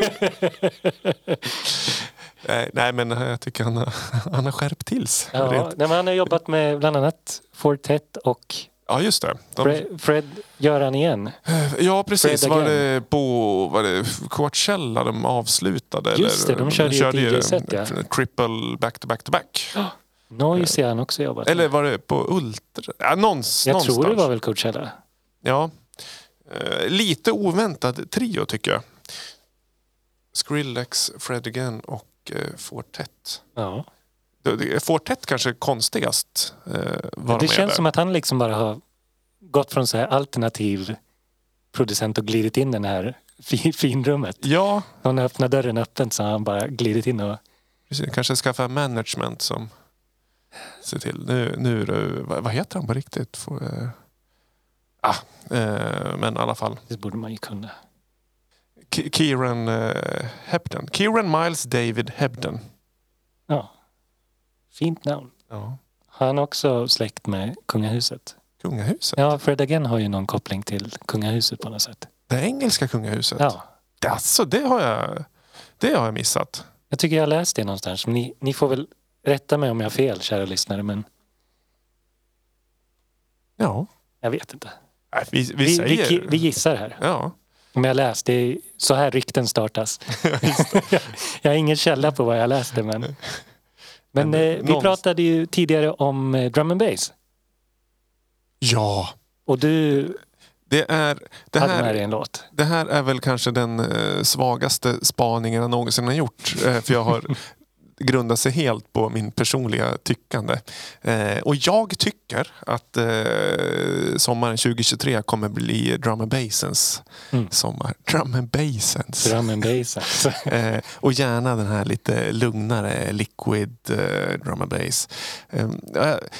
nej, nej, men jag tycker han har, han har skärpt till sig. Ja, Rent- nej, men han har jobbat med bland annat Fortet och ja, just det. De, Fred, Fred gör han igen. ja, precis. Fred Var again. det på var det Coachella de avslutade? Just det, de körde ju ett D J-set, ja. Triple back to back to back. Noise har han också jobbat Eller med. var det på Ultra? Ja, någons, Jag någonstans. tror det var väl Coachella. Ja. Eh, lite oväntad trio tycker jag. Skrillex, Fred Again och eh, Fortet. Ja. Det- det- Fortet kanske är konstigast. Eh, var Det de är känns där. som att han liksom bara har gått från så här alternativ producent och glidit in i den här fi- finrummet. Ja, Någon öppnar dörren öppen så har han bara glidit in och... precis. Kanske skaffa management som ser till. Nu, nu är det, vad, vad heter han på riktigt? Får, eh, ah, eh, men i alla fall. Det borde man ju kunna. K- Kieran eh, Hebden. Kieran Miles David Hebden. Ja. Fint namn. Ja. Han är också släkt med kungahuset. Kungahuset. Ja, Fred Again har ju någon koppling till kungahuset på något sätt. Det engelska kungahuset. Ja. Alltså, det har jag, det har jag missat. Jag tycker jag har läst det någonstans. Men ni, ni får väl rätta mig om jag har fel, kära lyssnare. Men Ja. jag vet inte. Nej, vi, vi, Vi, vi, säger... vi, vi gissar här. Ja. Om jag läst, det är så här rykten startas. jag, jag har ingen källa på vad jag läste, men... Men Men, eh, vi någonstans- pratade ju tidigare om eh, drum and bass. Ja. Och du Det, är, det, hade med dig här, en låt. det här är väl kanske den eh, svagaste spaningen jag någonsin har gjort. Eh, för jag har grundat sig helt på min personliga tyckande. Eh, och jag tycker att eh, sommaren tjugohundratjugotre kommer bli drum and bassens Mm. sommar. Drum and bassens. Drum and bass alltså. Eh, och gärna den här lite lugnare liquid eh, drum and bass. Eh, jag, jag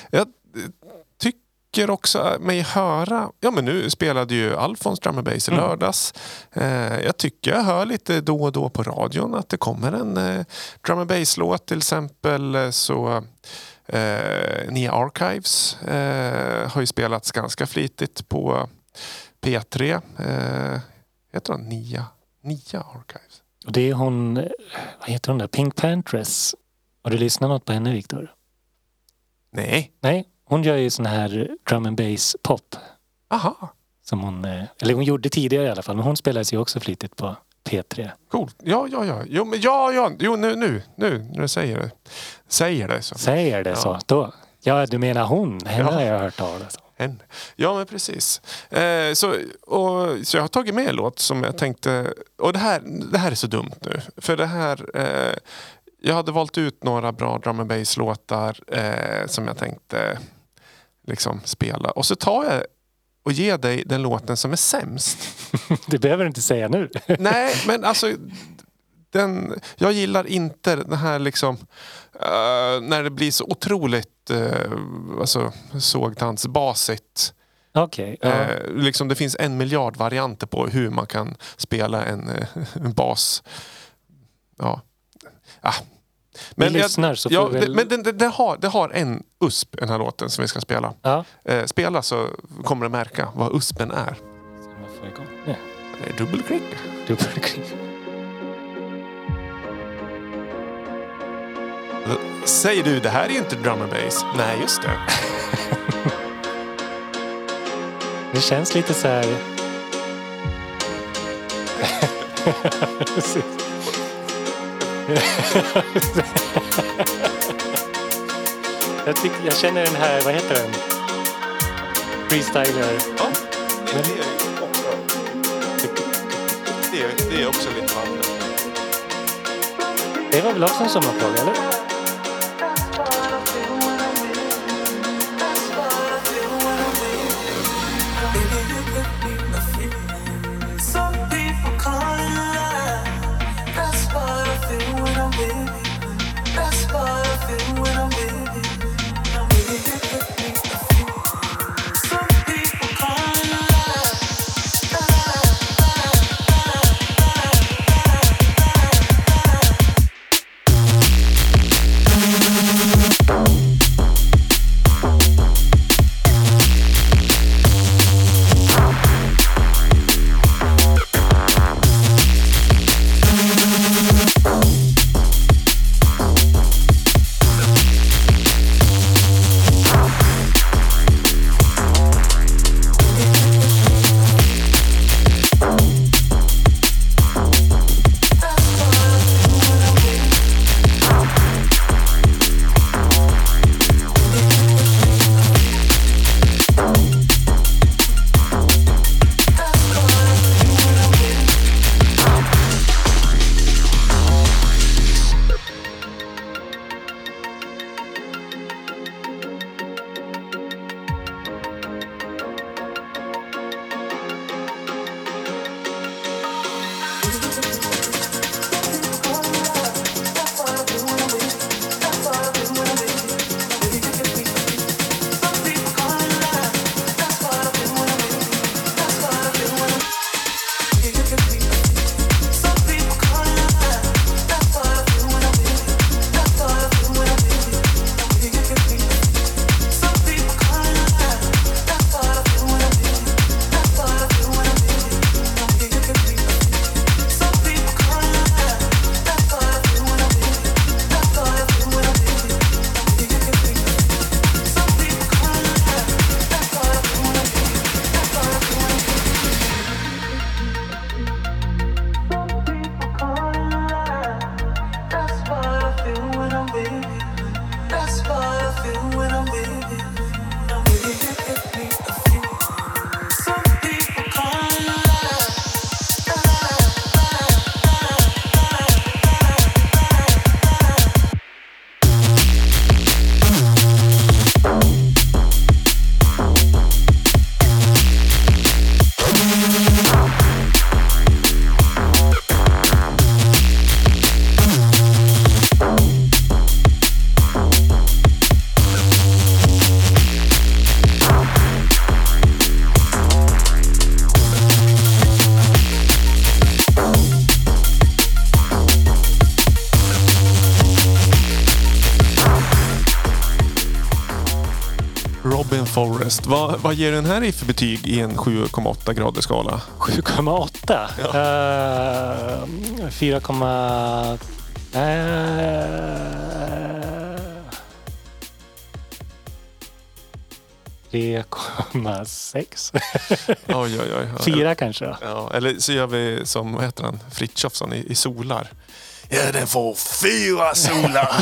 tycker också mig höra, ja men nu spelade ju Alfons drum and bass i lördags. Mm. Eh, jag tycker jag hör lite då och då på radion att det kommer en eh, drum and bass låt till exempel. Så eh, Nia Archives eh, har ju spelats ganska flitigt på P tre. Eh, heter hon Nia? Nia Archives. Och det är hon, vad heter hon där? Pink Panthers. Har du lyssnat något på henne, Viktor? Nej. Nej, hon gör ju sån här drum and bass pop. Aha. Som hon, eller hon gjorde tidigare i alla fall, men hon spelades ju också flitigt på P tre. Coolt. Ja, ja, ja. Jo, men ja, ja. Jo, nu, nu, nu, när du säger det. Säger det så. Säger det ja. så. Då. Ja, du menar hon. Henne ja. har jag hört talas om. En. Ja, men precis. Eh, så, och, så jag har tagit med en låt som jag tänkte... Och det här, det här är så dumt nu. För det här... Eh, jag hade valt ut några bra drum and bass-låtar eh, som jag tänkte liksom spela. Och så tar jag och ger dig den låten som är sämst. Det behöver du inte säga nu. Nej, men alltså... Den, jag gillar inte den här liksom... Uh, när det blir så otroligt uh, alltså, sågtandsbasigt. Okej. Okay, ja. uh, liksom det finns en miljard varianter på hur man kan spela en, uh, en bas. Ja. Ah. Men, vi lyssnar så får ja, väl... det, men det, det, det, har, det har en U S P, den här låten som vi ska spela. Ja. Uh, spela så kommer du märka vad U S P:en är. Så man får igång. Ja. Dubbelklick. Dubbelklick. Säger du, det här är inte drum and bass. Nej, just det. Det känns lite så här... jag, tycker, jag känner den här, vad heter den? Freestyler. Ja, det, det är också... Det är, det är också lite vanligt. Det var väl också en sommarplåga, eller? Robin Forrest. Vad, vad ger den här i för betyg i en sju komma åtta grader skala? sju komma åtta? Ja. Uh, fyra, uh, tre komma sex. Oj, oj, oj. Ja, Fyra kanske. Ja, eller så gör vi som, vad heter han, Frithiofsson i, i solar. Ja, den får fyra solar.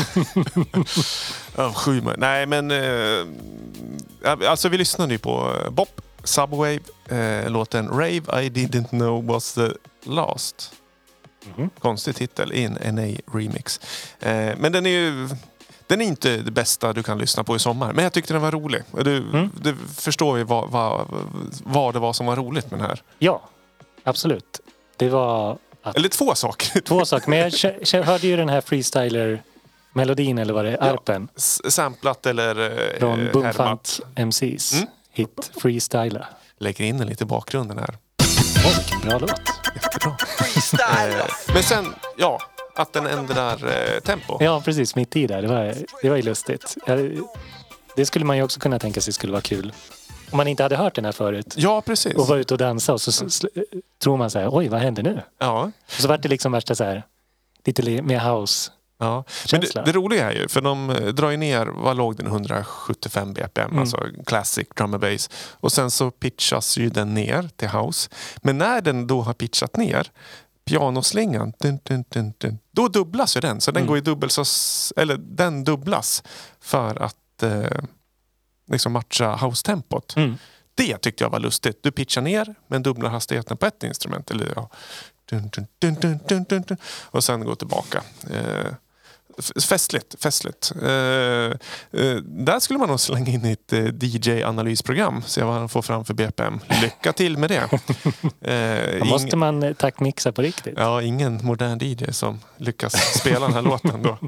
Av sju. Nej, men eh, alltså vi lyssnade ju på Bop, Subwave, eh, låten Rave I Didn't Know Was The Last. Mm-hmm. Konstig titel, i en N A remix. Eh, men den är ju den är inte det bästa du kan lyssna på i sommar. Men jag tyckte den var rolig. Du, mm. du förstår ju vad, vad, vad det var som var roligt med den här. Ja, absolut. Det var... Att... Eller två saker. Två saker. Men jag k- hörde ju den här freestyler-melodin eller vad det är, ja, arpen. S- samplat eller eh, från Boomfunk M C's mm. hit Freestyler. Lägger in den lite i bakgrunden här. Åh, vilken bra låt. Jättebra. eh, men sen, ja... Att den ändrar eh, tempo. Ja, precis. Mitt i där. Det var, det var ju lustigt. Det skulle man ju också kunna tänka sig skulle vara kul. Om man inte hade hört den här förut. Ja, precis. Och var ute och dansa och så sl- tror man så här, oj, vad händer nu? Ja. Och så var det liksom värsta så här, lite mer house. Ja, men det, det roliga är ju, för de drar ju ner, vad låg den, hundrasjuttiofem B P M, mm. alltså classic drum and bass. Och sen så pitchas ju den ner till house. Men när den då har pitchat ner, pianoslingan, dun, dun, dun, dun, då dubblas ju den. Så den mm. går i dubbel, så, eller den dubblas för att eh, liksom matcha house-tempot. Mm. Det tyckte jag var lustigt. Du pitchar ner, men dubblar hastigheten på ett instrument. Eller, ja, dun, dun, dun, dun, dun, dun, dun, och sen går tillbaka. Eh, Festligt, festligt. Uh, uh, där skulle man nog slänga in ett uh, D J-analysprogram. Se vad han får fram för B P M. Lycka till med det. Uh, ing- måste man taktmixa på riktigt. Ja, ingen modern D J som lyckas spela den här låten då.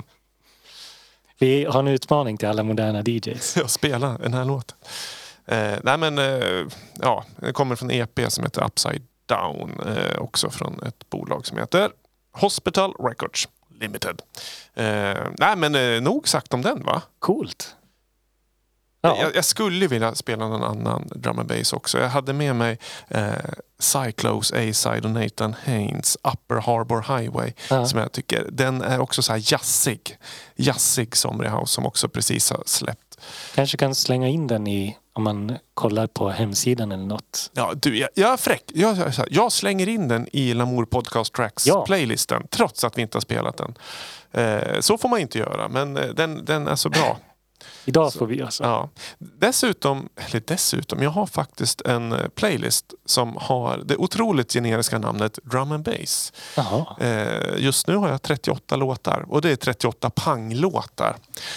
Vi har en utmaning till alla moderna D Js. Ja, spela den här låten. Uh, nej men, uh, ja, det kommer från E P som heter Upside Down. Uh, också från ett bolag som heter Hospital Records Limited. Eh, nej men eh, nog sagt om den, va? Coolt. Ja. Jag, jag skulle vilja spela någon annan drum and bass också. Jag hade med mig eh, Cyclos, A-Side och Nathan Haynes Upper Harbor Highway, ja. Som jag tycker, den är också så här jazzig. Jazzig Somry House som också precis har släppt. Kanske kan slänga in den i, om man kollar på hemsidan eller något. Ja, du, jag, jag är fräck. Jag, jag, jag slänger in den i Lamour Podcast Tracks ja. playlisten, trots att vi inte har spelat den. Eh, så får man inte göra, men den, den är så bra. Idag får vi alltså. Ja. Dessutom, eller dessutom, jag har faktiskt en playlist som har det otroligt generiska namnet Drum and Bass. Eh, just nu har jag trettioåtta låtar och det är trettioåtta panglåtar.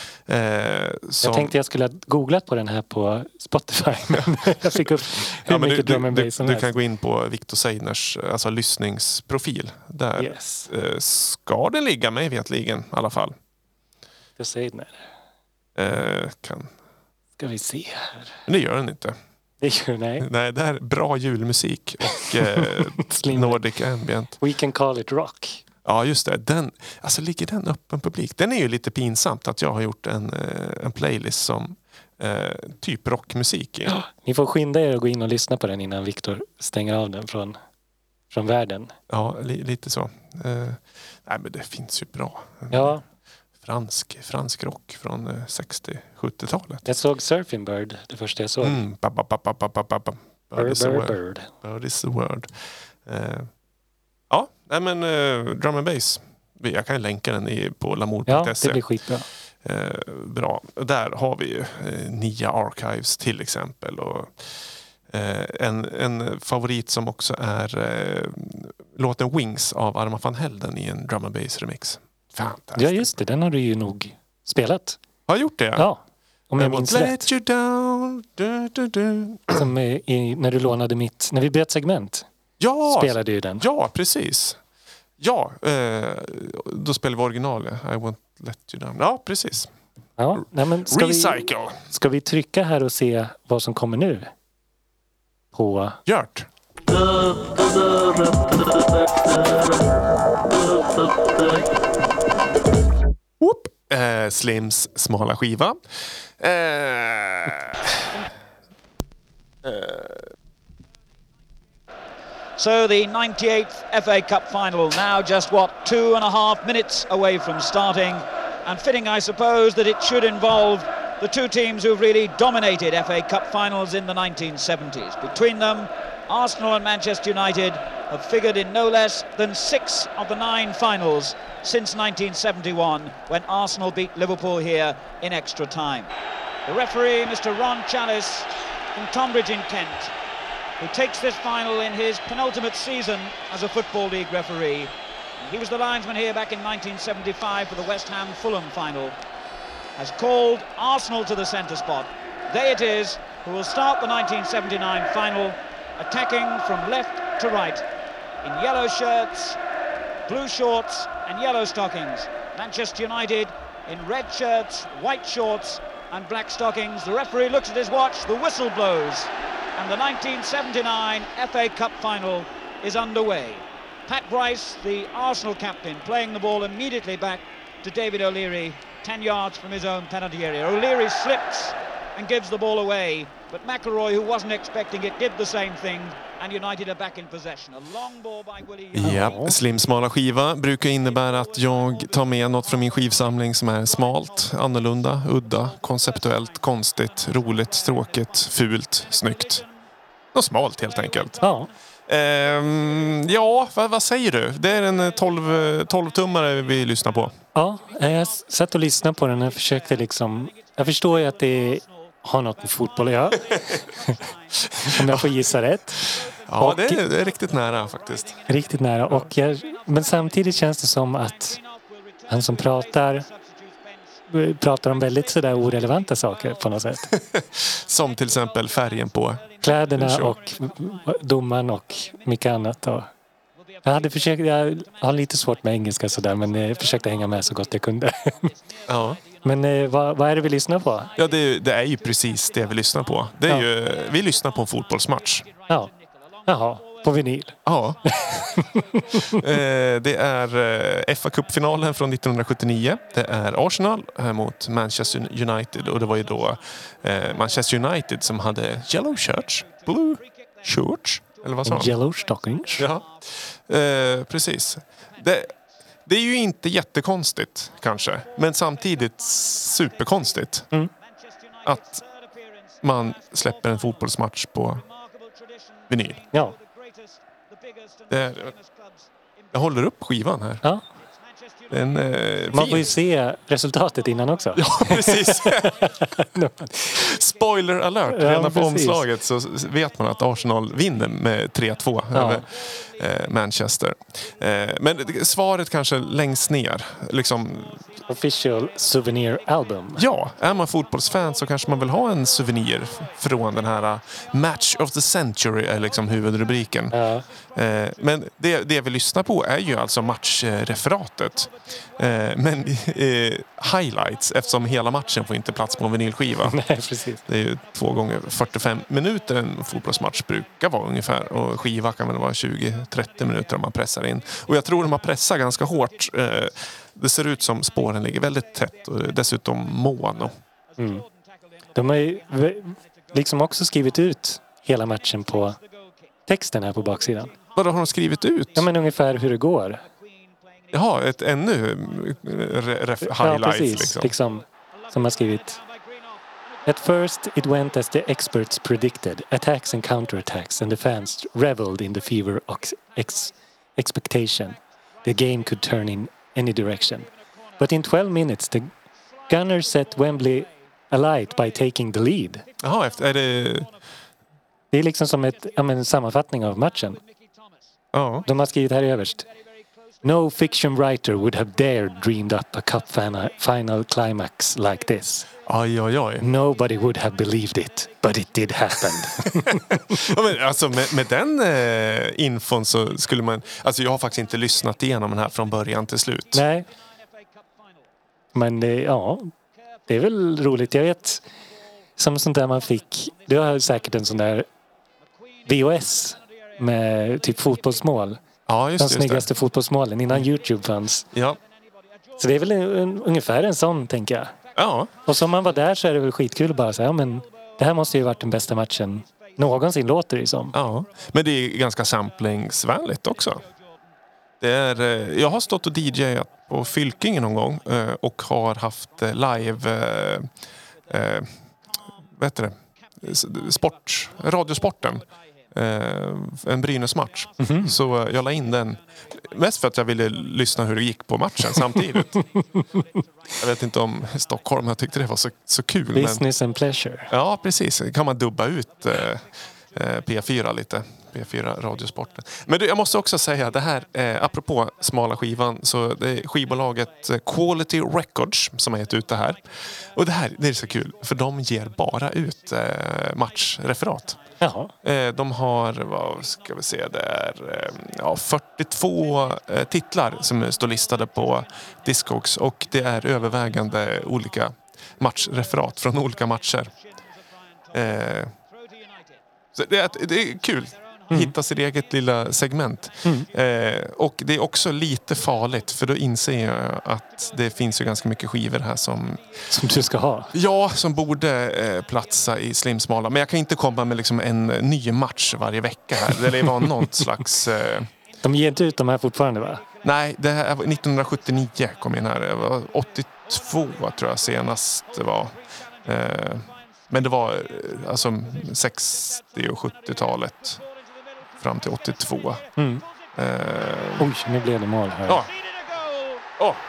Eh, som... Jag tänkte jag skulle ha googlat på den här på Spotify, men jag fick upp hur ja, men mycket du, drum and du, bass som du, helst. Du kan gå in på Victor Seiners alltså lyssningsprofil. Där yes. eh, ska det ligga mig vetligen i alla fall. Victor Seiner. Eh, kan... Ska vi se här. Men det gör den inte. Det gör nej. Nej, det är bra julmusik och eh, Nordic Ambient. We can call it rock. Ja, just det. Den, alltså ligger den öppen publik? Den är ju lite pinsamt att jag har gjort en, en playlist som eh, typ rockmusik i. Ja, ni får skynda er och gå in och lyssna på den innan Victor stänger av den från, från världen. Ja, li, lite så. Eh, nej, men det finns ju bra. Ja. Fransk, fransk rock från eh, sextio-sjuttiotalet. Jag såg Surfing Bird, det första jag såg. Mm. Ba, ba, ba, ba, ba, ba, ba. Bird is the bird, word. bird. Bird is the word. Eh, ja, nej men eh, drum and bass. Jag kan länka den i, på lamour punkt se. Ja, det blir skitbra. Eh, bra. Där har vi ju eh, Nia Archives till exempel. Och, eh, en, en favorit som också är eh, låten Wings av Arma van Helden i en drum and bass remix. Fantastiskt. Ja, just det. Den har du ju nog spelat. Har gjort det? Ja. Om jag minns rätt. You down. Du, du, du. Som i, när du lånade mitt... När vi bytte segment. Ja, spelade ju den. Ja, precis. Ja, eh, då spelade vi original. I won't let you down. Ja, precis. Ja, nej, men ska Recycle. Vi, ska vi trycka här och se vad som kommer nu? På... Gjort. Whoop. Eh, Slims smala skiva. Eh, So the ninety-eighth F A Cup final now just what two and a half minutes away from starting, and fitting I suppose that it should involve the two teams who've really dominated F A Cup finals in the nineteen seventies. Between them, Arsenal and Manchester United have figured in no less than six of the nine finals since nineteen seventy-one, when Arsenal beat Liverpool here in extra time. The referee, Mister Ron Chalice from Tonbridge in Kent, who takes this final in his penultimate season as a Football League referee. He was the linesman here back in nineteen seventy-five for the West Ham Fulham final, has called Arsenal to the centre spot. There it is, who will start the nineteen seventy-nine final, attacking from left to right, in yellow shirts, blue shorts and yellow stockings. Manchester United in red shirts, white shorts and black stockings. The referee looks at his watch, the whistle blows, and the nineteen seventy-nine F A Cup final is underway. Pat Bryce, the Arsenal captain, playing the ball immediately back to David O'Leary, ten yards from his own penalty area. O'Leary slips and gives the ball away, but McIlroy, who wasn't expecting it, did the same thing, and United are back in possession. A long ball by Willie. Ja, slim smala skiva brukar innebära att jag tar med något från min skivsamling som är smalt, annorlunda, udda, konceptuellt, konstigt, roligt, tråkigt, fult, snyggt. Och smalt helt enkelt. Ja. Ehm, ja, vad, vad säger du? Det är en tolv-tummare vi lyssnar på. Ja, jag satt och lyssnade på den och försökte liksom... Jag förstår ju att det har något med fotboll att göra. Om jag får gissa rätt. Ja, och, det, är, det är riktigt nära faktiskt. Riktigt nära. Och jag, men samtidigt känns det som att han som pratar pratar om väldigt sådär orelevanta saker på något sätt. Som till exempel färgen på kläderna och domaren och mycket annat. Och jag hade försökt, jag har lite svårt med engelska sådär, men jag försökte hänga med så gott jag kunde. Ja. Men eh, vad, vad är det vi lyssnar på? Ja, det är, det är ju precis det vi lyssnar på. Det är ja. ju, vi lyssnar på en fotbollsmatch. Ja, jaha, på vinyl. Ja. eh, det är eh, F A-cupfinalen från nittonhundrasjuttionio. Det är Arsenal eh, mot Manchester United. Och det var ju då eh, Manchester United som hade yellow shirts, blue shorts. Eller vad sa han? Yellow stockings. Ja, eh, precis. Det, det är ju inte jättekonstigt kanske, men samtidigt superkonstigt mm. att man släpper en fotbollsmatch på vinyl. Ja. Det är, jag håller upp skivan här. Ja. En, eh, man får ju se resultatet innan också. Ja, precis. Spoiler alert. Ja, redan på precis. omslaget så vet man att Arsenal vinner med tre två ja. över eh, Manchester. Eh, men svaret kanske längst ner. Liksom, official souvenir album. Ja, är man fotbollsfan så kanske man vill ha en souvenir från den här Match of the Century är liksom huvudrubriken. Ja. Eh, men det, det vi lyssnar på är ju alltså matchreferatet. Eh, men eh, highlights, eftersom hela matchen får inte plats på en vinylskiva. Nej, precis. Det är ju två gånger fyrtiofem minuter en fotbollsmatch brukar vara ungefär. Och skiva kan väl vara tjugo till trettio minuter om man pressar in. Och jag tror de har pressat ganska hårt. Eh, det ser ut som spåren ligger väldigt tätt och dessutom mono. Mm. De har ju liksom också skrivit ut hela matchen på texten här på baksidan. Vad har de skrivit ut? Ja, men ungefär hur det går. Jaha, ett ännu ref- highlights ja, precis. liksom. liksom. Som har skrivit. At first it went as the experts predicted. Attacks and counterattacks and the fans reveled in the fever of ex- expectation. The game could turn in any direction. But in twelve minutes the Gunners set Wembley alight by taking the lead. Jaha, efter, är det... Det är liksom som ett, ja, men, en sammanfattning av matchen. Ja. De har skrivit här överst. No fiction writer would have dared dreamed up a cup final climax like this. Aj, aj, aj. Nobody would have believed it, but it did happen. Ja, men alltså med, med den eh, infon så skulle man... Alltså jag har faktiskt inte lyssnat igenom den här från början till slut. Nej. Men det, ja, det är väl roligt. Jag vet, som sånt där man fick... Du har säkert en sån där V H S med typ fotbollsmål. Ja, just de det, snyggaste just det. fotbollsmålen innan YouTube fanns. Ja. Så det är väl en, en, ungefär en sån, tänker jag. Ja. Och som man var där så är det väl skitkul att bara säga, ja, men det här måste ju varit den bästa matchen någonsin, låter det som. Ja, men det är ganska samplingsvänligt också. Det är, eh, jag har stått och D Jat på Fylkingen någon gång eh, och har haft eh, live eh, eh, vad heter det? Sport, radiosporten. Eh, en Brynäs-match. Mm-hmm. Så jag la in den mest för att jag ville lyssna hur det gick på matchen samtidigt. Jag vet inte om Stockholm, jag tyckte det var så, så kul. Business men, and pleasure. Ja, precis. Kan man dubba ut eh, P fyra lite. P fyra radiosporten. Men du, jag måste också säga det här, eh, apropå smala skivan, så det är skivbolaget Quality Records som har gett ut det här. Och det här, det är så kul, för de ger bara ut eh, matchreferat. Jaha. Eh, de har, vad ska vi se, det är eh, ja, fyrtiotvå eh, titlar som står listade på Discogs, och det är övervägande olika matchreferat från olika matcher. Eh, så det, är, det är kul. Mm. Hitta sitt eget lilla segment. Mm. Eh, och det är också lite farligt, för då inser jag att det finns ju ganska mycket skivor här som... Som du ska ha? Ja, som borde eh, platsa i Slimsmala. Men jag kan inte komma med liksom en ny match varje vecka här. Det var något slags... Eh... De ger inte ut de här fortfarande, va? Nej, det här var nittonhundrasjuttionio kom in här. Det var åttiotvå tror jag senast det var. Eh, men det var alltså sextio- och sjuttiotalet. Fram till åttiotvå. Mm. Eh, Oj, nu blev det mål här. Ja. Åh, oh,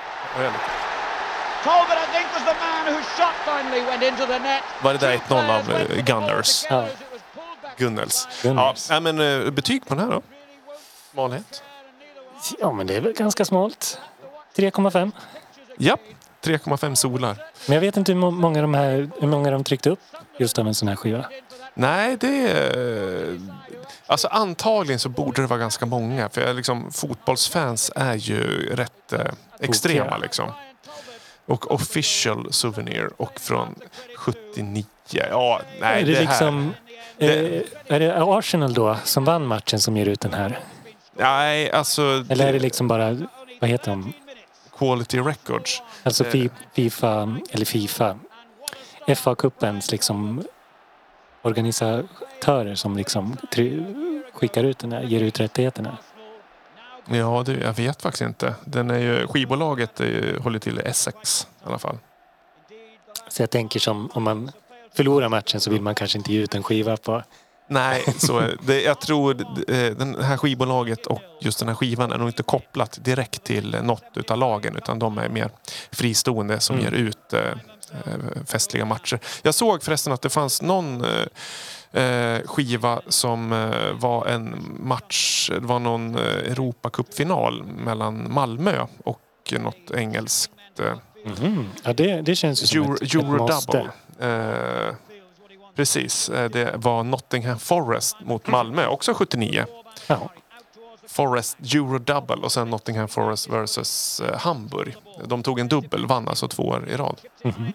Talbot, I think, was the man who shot finally went into the net. Var det där ett noll av uh, Gunners? Ja. Gunnels. Gunnels. Ja, men uh, betyg på den här då? Smalhet? Ja, men det är väl ganska smalt. tre komma fem. Ja, tre komma fem solar. Men jag vet inte hur många de här, hur många de tryckte upp just av en sån här skiva. Nej, det är... Alltså antagligen så borde det vara ganska många. För jag, liksom, fotbollsfans är ju rätt eh, extrema okay. liksom. Och Official Souvenir och från sjuttionio. Ja, nej, är det, det liksom... Här, det... Är det Arsenal då som vann matchen som ger ut den här? Nej, alltså... Eller är det liksom bara... Vad heter de? Quality Records. Alltså FIFA... Eller FIFA. F A-cupens liksom... organisatörer som liksom skickar ut den här, ger ut rättigheterna. Ja, det, jag vet faktiskt inte. Den är ju, skivbolaget är ju, håller till i Essex i alla fall. Så jag tänker som om man förlorar matchen så vill man kanske inte ge ut en skiva på... Nej, så det, jag tror den här skivbolaget och just den här skivan är nog inte kopplat direkt till något utav lagen, utan de är mer fristående som mm. ger ut eh, festliga matcher. Jag såg förresten att det fanns någon eh, skiva som eh, var en match, det var någon eh, Europacupfinal mellan Malmö och något engelskt eh, mm. Ja, det, det känns ju som Euro, ett, Euro ett måste. Double. Eh, precis, det var Nottingham Forest mot Malmö, också sjuttionio. Ja. Forest Euro Double och sen Nottingham Forest versus eh, Hamburg. De tog en dubbel, vann alltså två år i rad. Mm-hmm.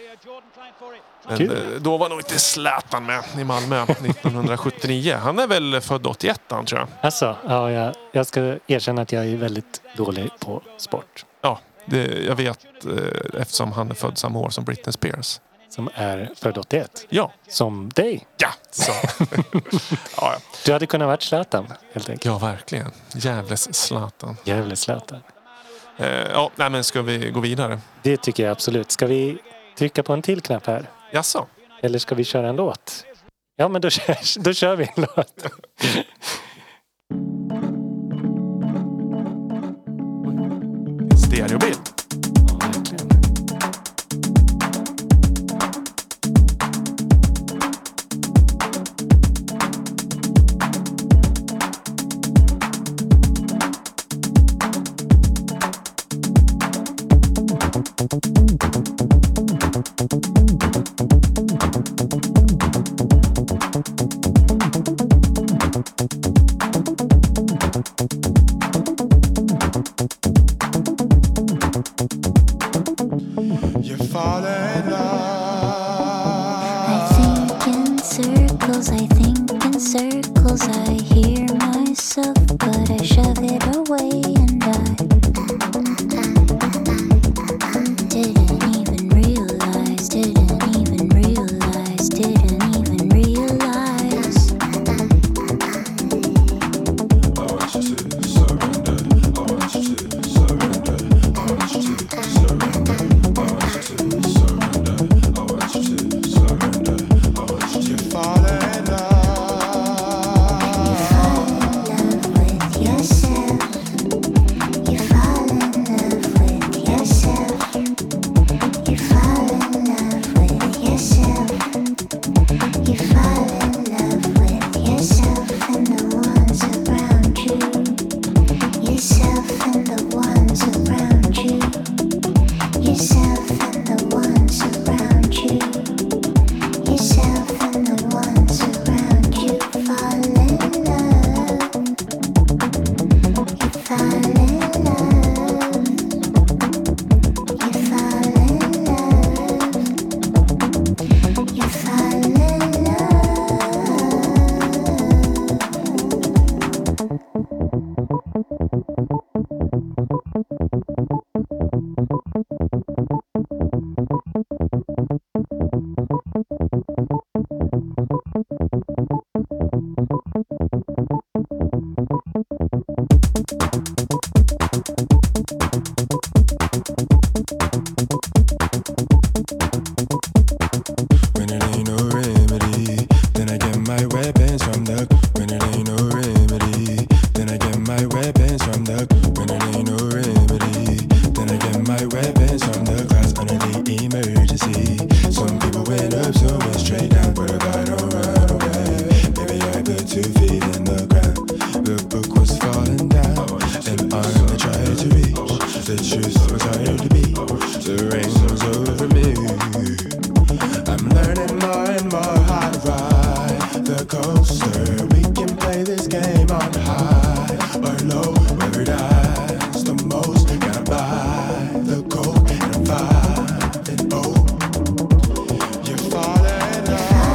Men eh, då var nog inte Zlatan med i Malmö nittonhundrasjuttionio. Han är väl född åttioett, tror jag. Alltså, ja, jag, jag ska erkänna att jag är väldigt dålig på sport. Ja, det, jag vet eh, eftersom han är född samma år som Britney Spears. Som är född åttioett? Ja. Som dig? Ja, så. ja, ja. Du hade kunnat varit Zlatan, helt enkelt. Ja, verkligen. Jävles Zlatan. Jävles Zlatan. Eh, ja, nej, men ska vi gå vidare? Det tycker jag absolut. Ska vi trycka på en till knapp här? Jaså? Eller ska vi köra en låt? Ja, men då kör, då kör vi en låt. Stereobild. Ja, verkligen. Didn't even realize, didn't even realize she's so tired to be. The rain's over me. I'm learning more and more how to ride the coaster. We can play this game on high or low. Whoever dies the most, gotta buy the coke and vibe and oh, you're falling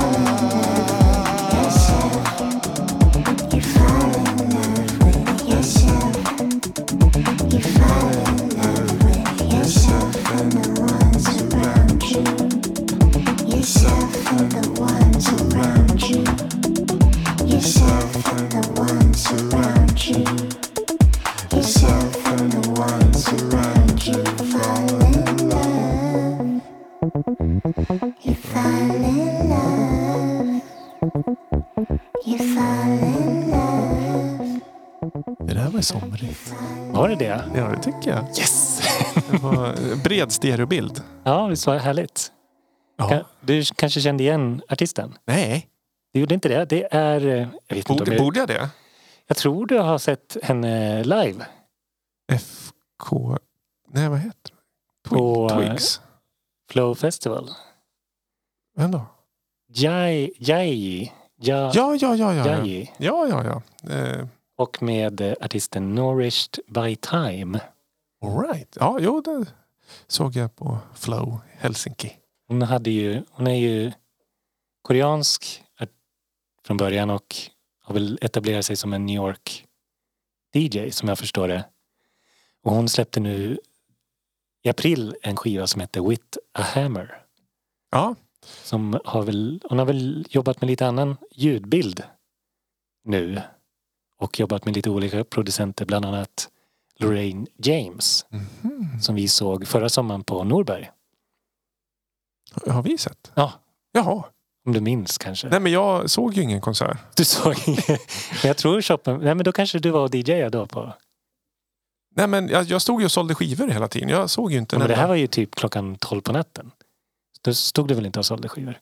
You fall in love with yourself. You fall in love with yourself and the ones around you. Yourself and the ones around you. Yourself and the ones around you. Yourself and the ones around you. Fall in love. You fall in love. You fall in love. Det där var somrigt. Var det det? Ja, det tycker jag. Yes! Det var bred stereobild. Ja, visst var det härligt. Ja. Kan, du kanske kände igen artisten? Nej, Du gjorde inte det? Det är... Jag vet inte om borde, det, borde jag det? jag tror du har sett henne live. F K... Nej, vad heter det? På, Twig, Twigs. Flow Festival. Vem då? Jai... Jai... Ja, Ja, ja, ja, ja. Ja, Jai. ja, ja. ja. Eh, Och med eh, artisten Nourished by Time. all right. Ja, jo, det såg jag på Flow Helsinki. Hon hade ju... Hon är ju koreansk från början och har väl etablerat sig som en New York D J som jag förstår det. Och hon släppte nu i april en skiva som heter With a Hammer. Ja, Som har väl, hon har väl jobbat med lite annan ljudbild nu. Och jobbat med lite olika producenter, bland annat Lorraine James. Mhm. Som vi såg förra sommaren på Norberg. Har vi sett? Ja, Jaha. om du minns kanske. Nej, men jag såg ju ingen konsert. Du såg inget. Men jag tror shoppen... Nej, men då kanske du var och D J:ade då på... Nej, men jag, jag stod ju och sålde skivor hela tiden. Jag såg ju inte Ja, men den det här där- var ju typ klockan tolv på natten. Då stod du väl inte och sålde skivor?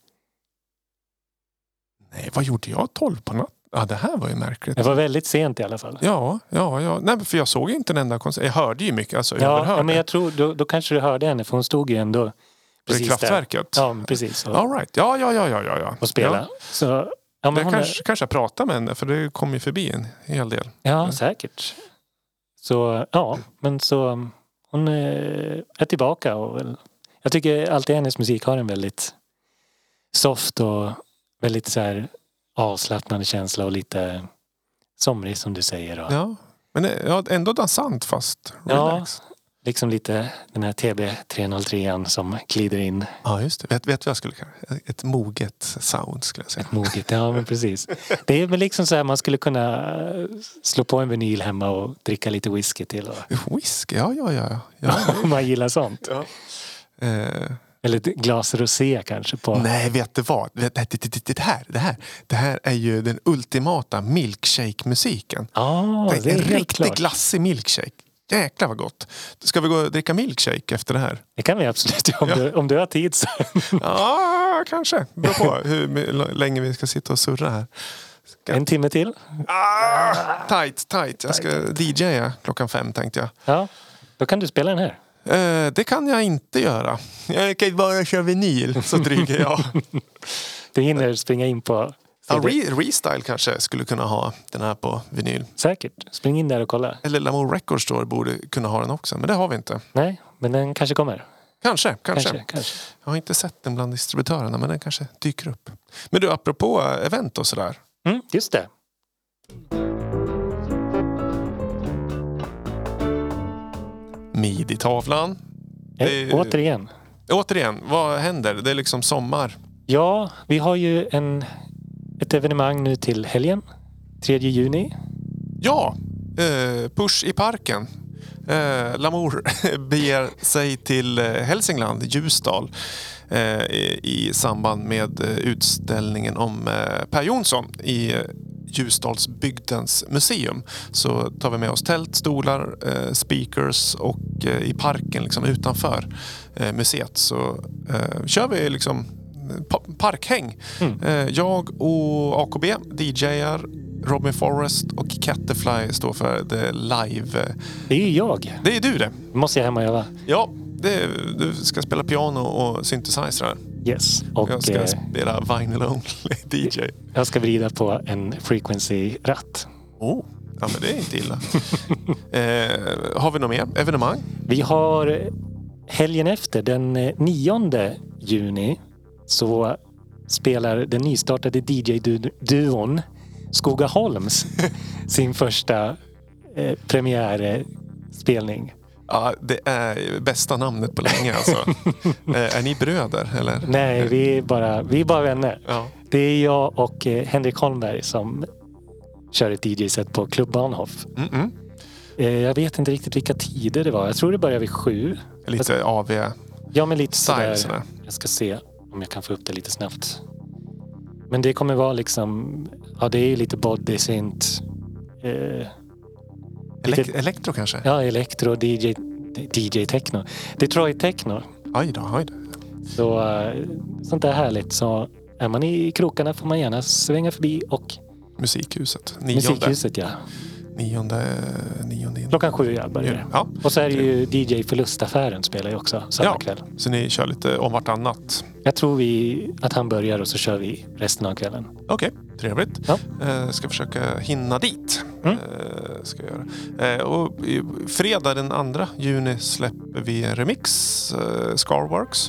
Nej, vad gjorde jag tolv på natt? Ja, det här var ju märkligt. Det var väldigt sent i alla fall. Ja, ja, ja. Nej, för jag såg ju inte en enda konsert. Jag hörde ju mycket, alltså Ja, överhörde. ja, men jag tror, då, då kanske du hörde henne, för hon stod ju ändå Det precis kraftverket. där. Ja, men precis. Och, All right. Ja, ja, ja, ja, ja, ja. och spela. Ja. Så, ja, men Jag hon kanske, är, kanske jag pratar med henne, för det kom ju förbi en hel del. ja, säkert. Så, ja, men så hon är, är tillbaka och väl, jag tycker alltid hennes musik har en väldigt soft och väldigt så här avslappnande känsla och lite somrig som du säger. Och, Ja, men det- ja, ändå dansant fast relax. liksom lite den här T B tre noll tre som glider in. Ja, just det. Vet, vet vad jag skulle kalla ett moget sound skulle jag säga. Moget, ja men precis. Det är väl liksom så här man skulle kunna slå på en vinyl hemma och dricka lite whisky till. Och, Whisky, ja, ja, ja. ja. om man gillar sånt. ja. Eh, Eller ett glas rosé kanske på. nej, vet du vad? Det, det, det, det, här, det, här, det här är ju den ultimata milkshake-musiken. Ja, Tänk, det är en helt riktigt klart. glassig milkshake. Jäklar vad gott. Ska vi gå och dricka milkshake efter det här? Det kan vi absolut om, Ja. du, om du har tid så. Ja, kanske. Beror på hur länge vi ska sitta och surra här. Ska... En timme till. Ah, tight, tight. Jag ska D J:a klockan fem tänkte jag. Ja, då kan du spela den här. Eh, det kan jag inte göra. Jag kan bara köra vinyl, så dryger jag. Du hinner springa in på Ja, Re- Restyle kanske skulle kunna ha den här på vinyl. säkert. Spring in där och kolla. Eller Lamour Records Store borde kunna ha den också, men det har vi inte. Nej, men den kanske kommer. Kanske, kanske. Kanske, kanske. Jag har inte sett den bland distributörerna, men den kanske dyker upp. Men du, apropå event och sådär. Mm, just det. Midi-tavlan. Eh, Det- Återigen. Återigen, vad händer? Det är liksom sommar. Ja, vi har ju en, ett evenemang nu till helgen. tredje juni. Ja, eh, Push i parken. Eh, Lamour beger sig till eh, Hälsingland, Ljusdal, eh, i, i samband med eh, utställningen om eh, Per Jonsson i eh, Ljusdalsbygdens museum. Så tar vi med oss tält, stolar, eh, speakers och eh, i parken liksom utanför eh, museet så eh, kör vi liksom pa- parkhäng. Mm. Eh, jag och A K B D J:ar Robin Forrest och Catterfly står för The Live. Det är ju jag. Det är du det. Måste jag hem och öva. Ja, det, du ska spela piano och synthesizer. Yes. Och Jag ska eh, spela vinyl only D J. jag ska vrida på en frequency-ratt. Oh, ja men det är inte illa. eh, har vi något mer evenemang? Vi har helgen efter, den nionde juni, så spelar den nystartade D J-duon Skogaholms sin första eh, premiärspelning. Ja, det är bästa namnet på länge alltså. eh, är ni bröder eller? Nej, vi är bara, vi är bara vänner. Ja. Det är jag och eh, Henrik Holmberg som kör ett D J-set på Club Bahnhof. Mm-mm. Eh, jag vet inte riktigt vilka tider det var. Jag tror det börjar vid sju. Lite A V. Ja, men lite Style, sådär. sådär. Jag ska se om jag kan få upp det lite snabbt. Men det kommer vara liksom, ja det är lite body synth. Eh, Elek- lite, elektro kanske? ja, elektro, D J, D J techno. Detroit techno. Oj då, oj då. Så eh, sånt där härligt. Så är man i krokarna får man gärna svänga förbi och Musikhuset. Nionde. musikhuset, ja. Nionde, nionde. Klockan sju ja, börjar det. Ja. Och så är det ju D J Förlustaffären spelar ju också samma Ja, kväll. så ni kör lite om vartannat. Jag tror vi att han börjar och så kör vi resten av kvällen. Okej, trevligt. Ja. Eh, ska försöka hinna dit. Mm. Eh, ska jag göra. Eh, och i fredag den andra juni släpper vi remix, eh, Scarworks.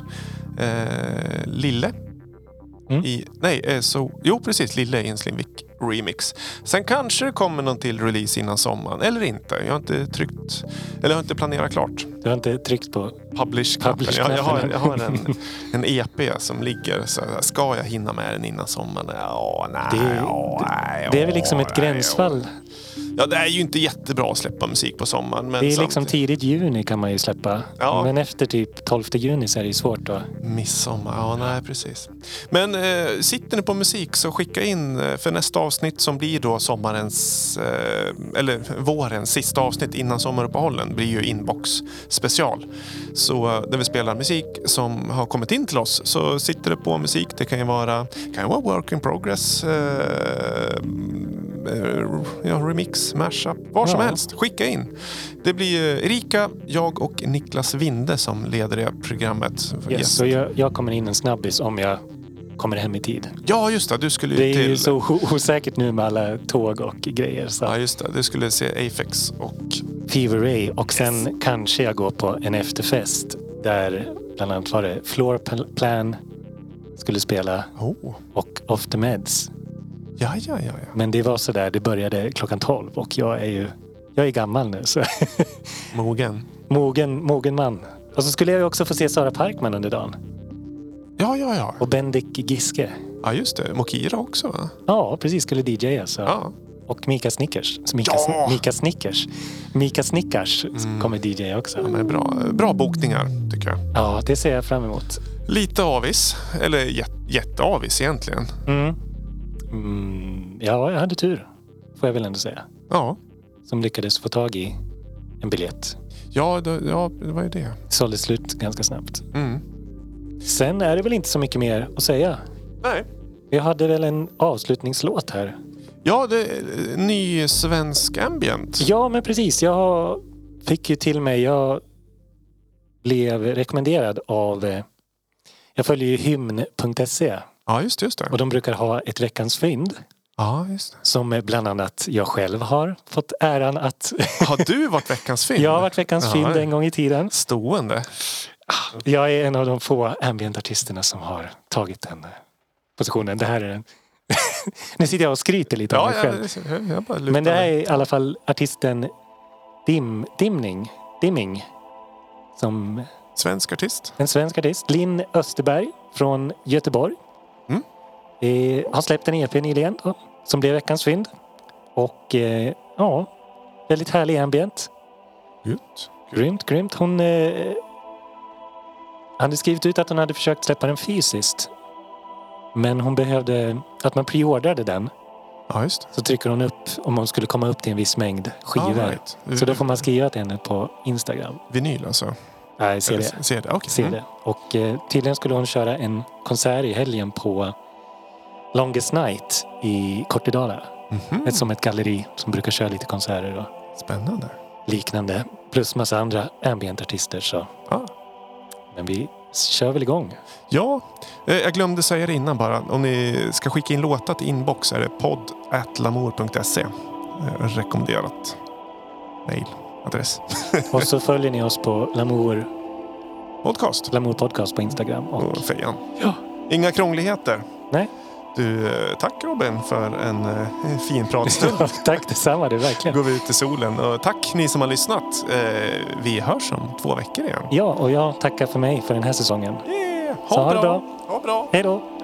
Eh, Lille. Mm. I, nej, eh, så, jo precis, Lille i en Slimvik remix. Sen kanske det kommer någon till release innan sommaren. Eller inte. Jag har inte tryckt, eller jag har inte planerat klart. Du har inte tryckt på Publish-knappen. Publish Jag, jag har, knappen. jag har en, en E P som ligger så här, ska jag hinna med den innan sommaren? Ja, nej, Det- ja, nej, Det är väl liksom ett nej, gränsfall. Ja, det är ju inte jättebra att släppa musik på sommaren. Men Det är liksom samtidigt- tidigt juni kan man ju släppa. Ja. Men efter typ tolfte juni så är det ju svårt då. Midsommar, ja nej precis. Men eh, sitter ni på musik så skicka in eh, för nästa avsnitt som blir då sommarens, eh, eller vårens sista avsnitt innan sommaruppehållen blir ju inbox special. Så eh, där vi spelar musik som har kommit in till oss, så sitter det på musik, det kan ju vara, kan ju vara work in progress, eh, ja, remix, mashup, vad som Ja. helst. Skicka in. Det blir eh, Erika, jag och Niklas Winde som leder det programmet. Yes. Så jag, jag kommer in en snabbis om jag kommer hem i tid. Ja, just det. Du skulle ju Det är till... ju så o- osäkert nu med alla tåg och grejer. Så. Ja, just det. Du skulle se Aphex och... Fever Ray och sen kanske jag går på en efterfest där bland annat var det Floor Pl- Plan skulle spela Oh. och Off the Meds. Ja, ja, ja, ja. Men det var så där, det började klockan tolv och jag är ju jag är gammal nu så Mogen. mogen, mogen man. Och så skulle jag ju också få se Sara Parkman under dagen Ja, ja, ja. och Bendik Giske. Ja, just det. Mokira också, va? Ja, precis, skulle D J alltså. Ja. Och Mika Snickers. Mika, Ja! Mika Snickers. Mika Snickers kommer D J också. Ja, men bra, bra bokningar, tycker jag. Ja, det ser jag fram emot. Lite avis. Eller jät, jätteavis egentligen. Mm. Mm, ja, jag hade tur. Får jag väl ändå säga. Ja. Som lyckades få tag i en biljett. Ja, det, ja, det var ju det. Sålde slut ganska snabbt. Mm. Sen är det väl inte så mycket mer att säga. Nej. Vi hade väl en avslutningslåt här. Ja, det är ny svensk ambient. Ja, men precis. Jag fick ju till mig... Jag blev rekommenderad av... eh, Jag följer ju hymn punkt se. Ja, just det, just det. Och de brukar ha ett veckans fynd. Ja, just det. Som eh, bland annat jag själv har fått äran att... Har du varit veckans film? Jag har varit veckans Ja, fynd det- en gång i tiden. Stående. Jag är en av de få ambient-artisterna som har tagit den eh, positionen. Det här är den. Nu sitter jag och skryter lite om Ja, mig ja, själv. det- jag bara lutar Men det här mig. är i alla fall artisten Dim, Dimning, Dimming. Som Svensk artist. en svensk artist. Linn Österberg från Göteborg. Mm. Eh, har släppt en E P nyligen då, som blev veckans fynd. Och eh, ja, väldigt härlig ambient. Ut. Grymt, grymt. Hon eh, hade skrivit ut att hon hade försökt släppa den fysiskt. Men hon behövde att man preordrade den. Ja, just Så trycker hon upp om hon skulle komma upp till en viss mängd skivor. All right. Så då får man skriva till henne på Instagram. Vinyl alltså? Nej, C D. Eller C D, okej. C D. Mm. Och eh, tydligen skulle hon köra en konsert i helgen på Longest Night i Kortedala. Ett som ett galleri som brukar köra lite konserter och Spännande. liknande. Plus massa andra ambient-artister. Så. Ja. Men vi kör väl igång. Ja, eh, jag glömde säga det innan bara. Om ni ska skicka in låtar till inbox är det podd at lamour punkt se. Eh, rekommenderat mailadress. Och så följer ni oss på Lamour, Podcast. Lamour Podcast på Instagram. Och, Och fejan. ja, Inga krångligheter. nej. Du, eh, tack Robin för en eh, fin pratstund. Tack detsamma, det är verkligen. Går vi ut i solen. Och tack ni som har lyssnat. Eh, vi hörs om två veckor igen. Ja, och jag tackar för mig för den här säsongen. Yeah. Ha, Så ha bra. det bra. Ha bra. Hej då!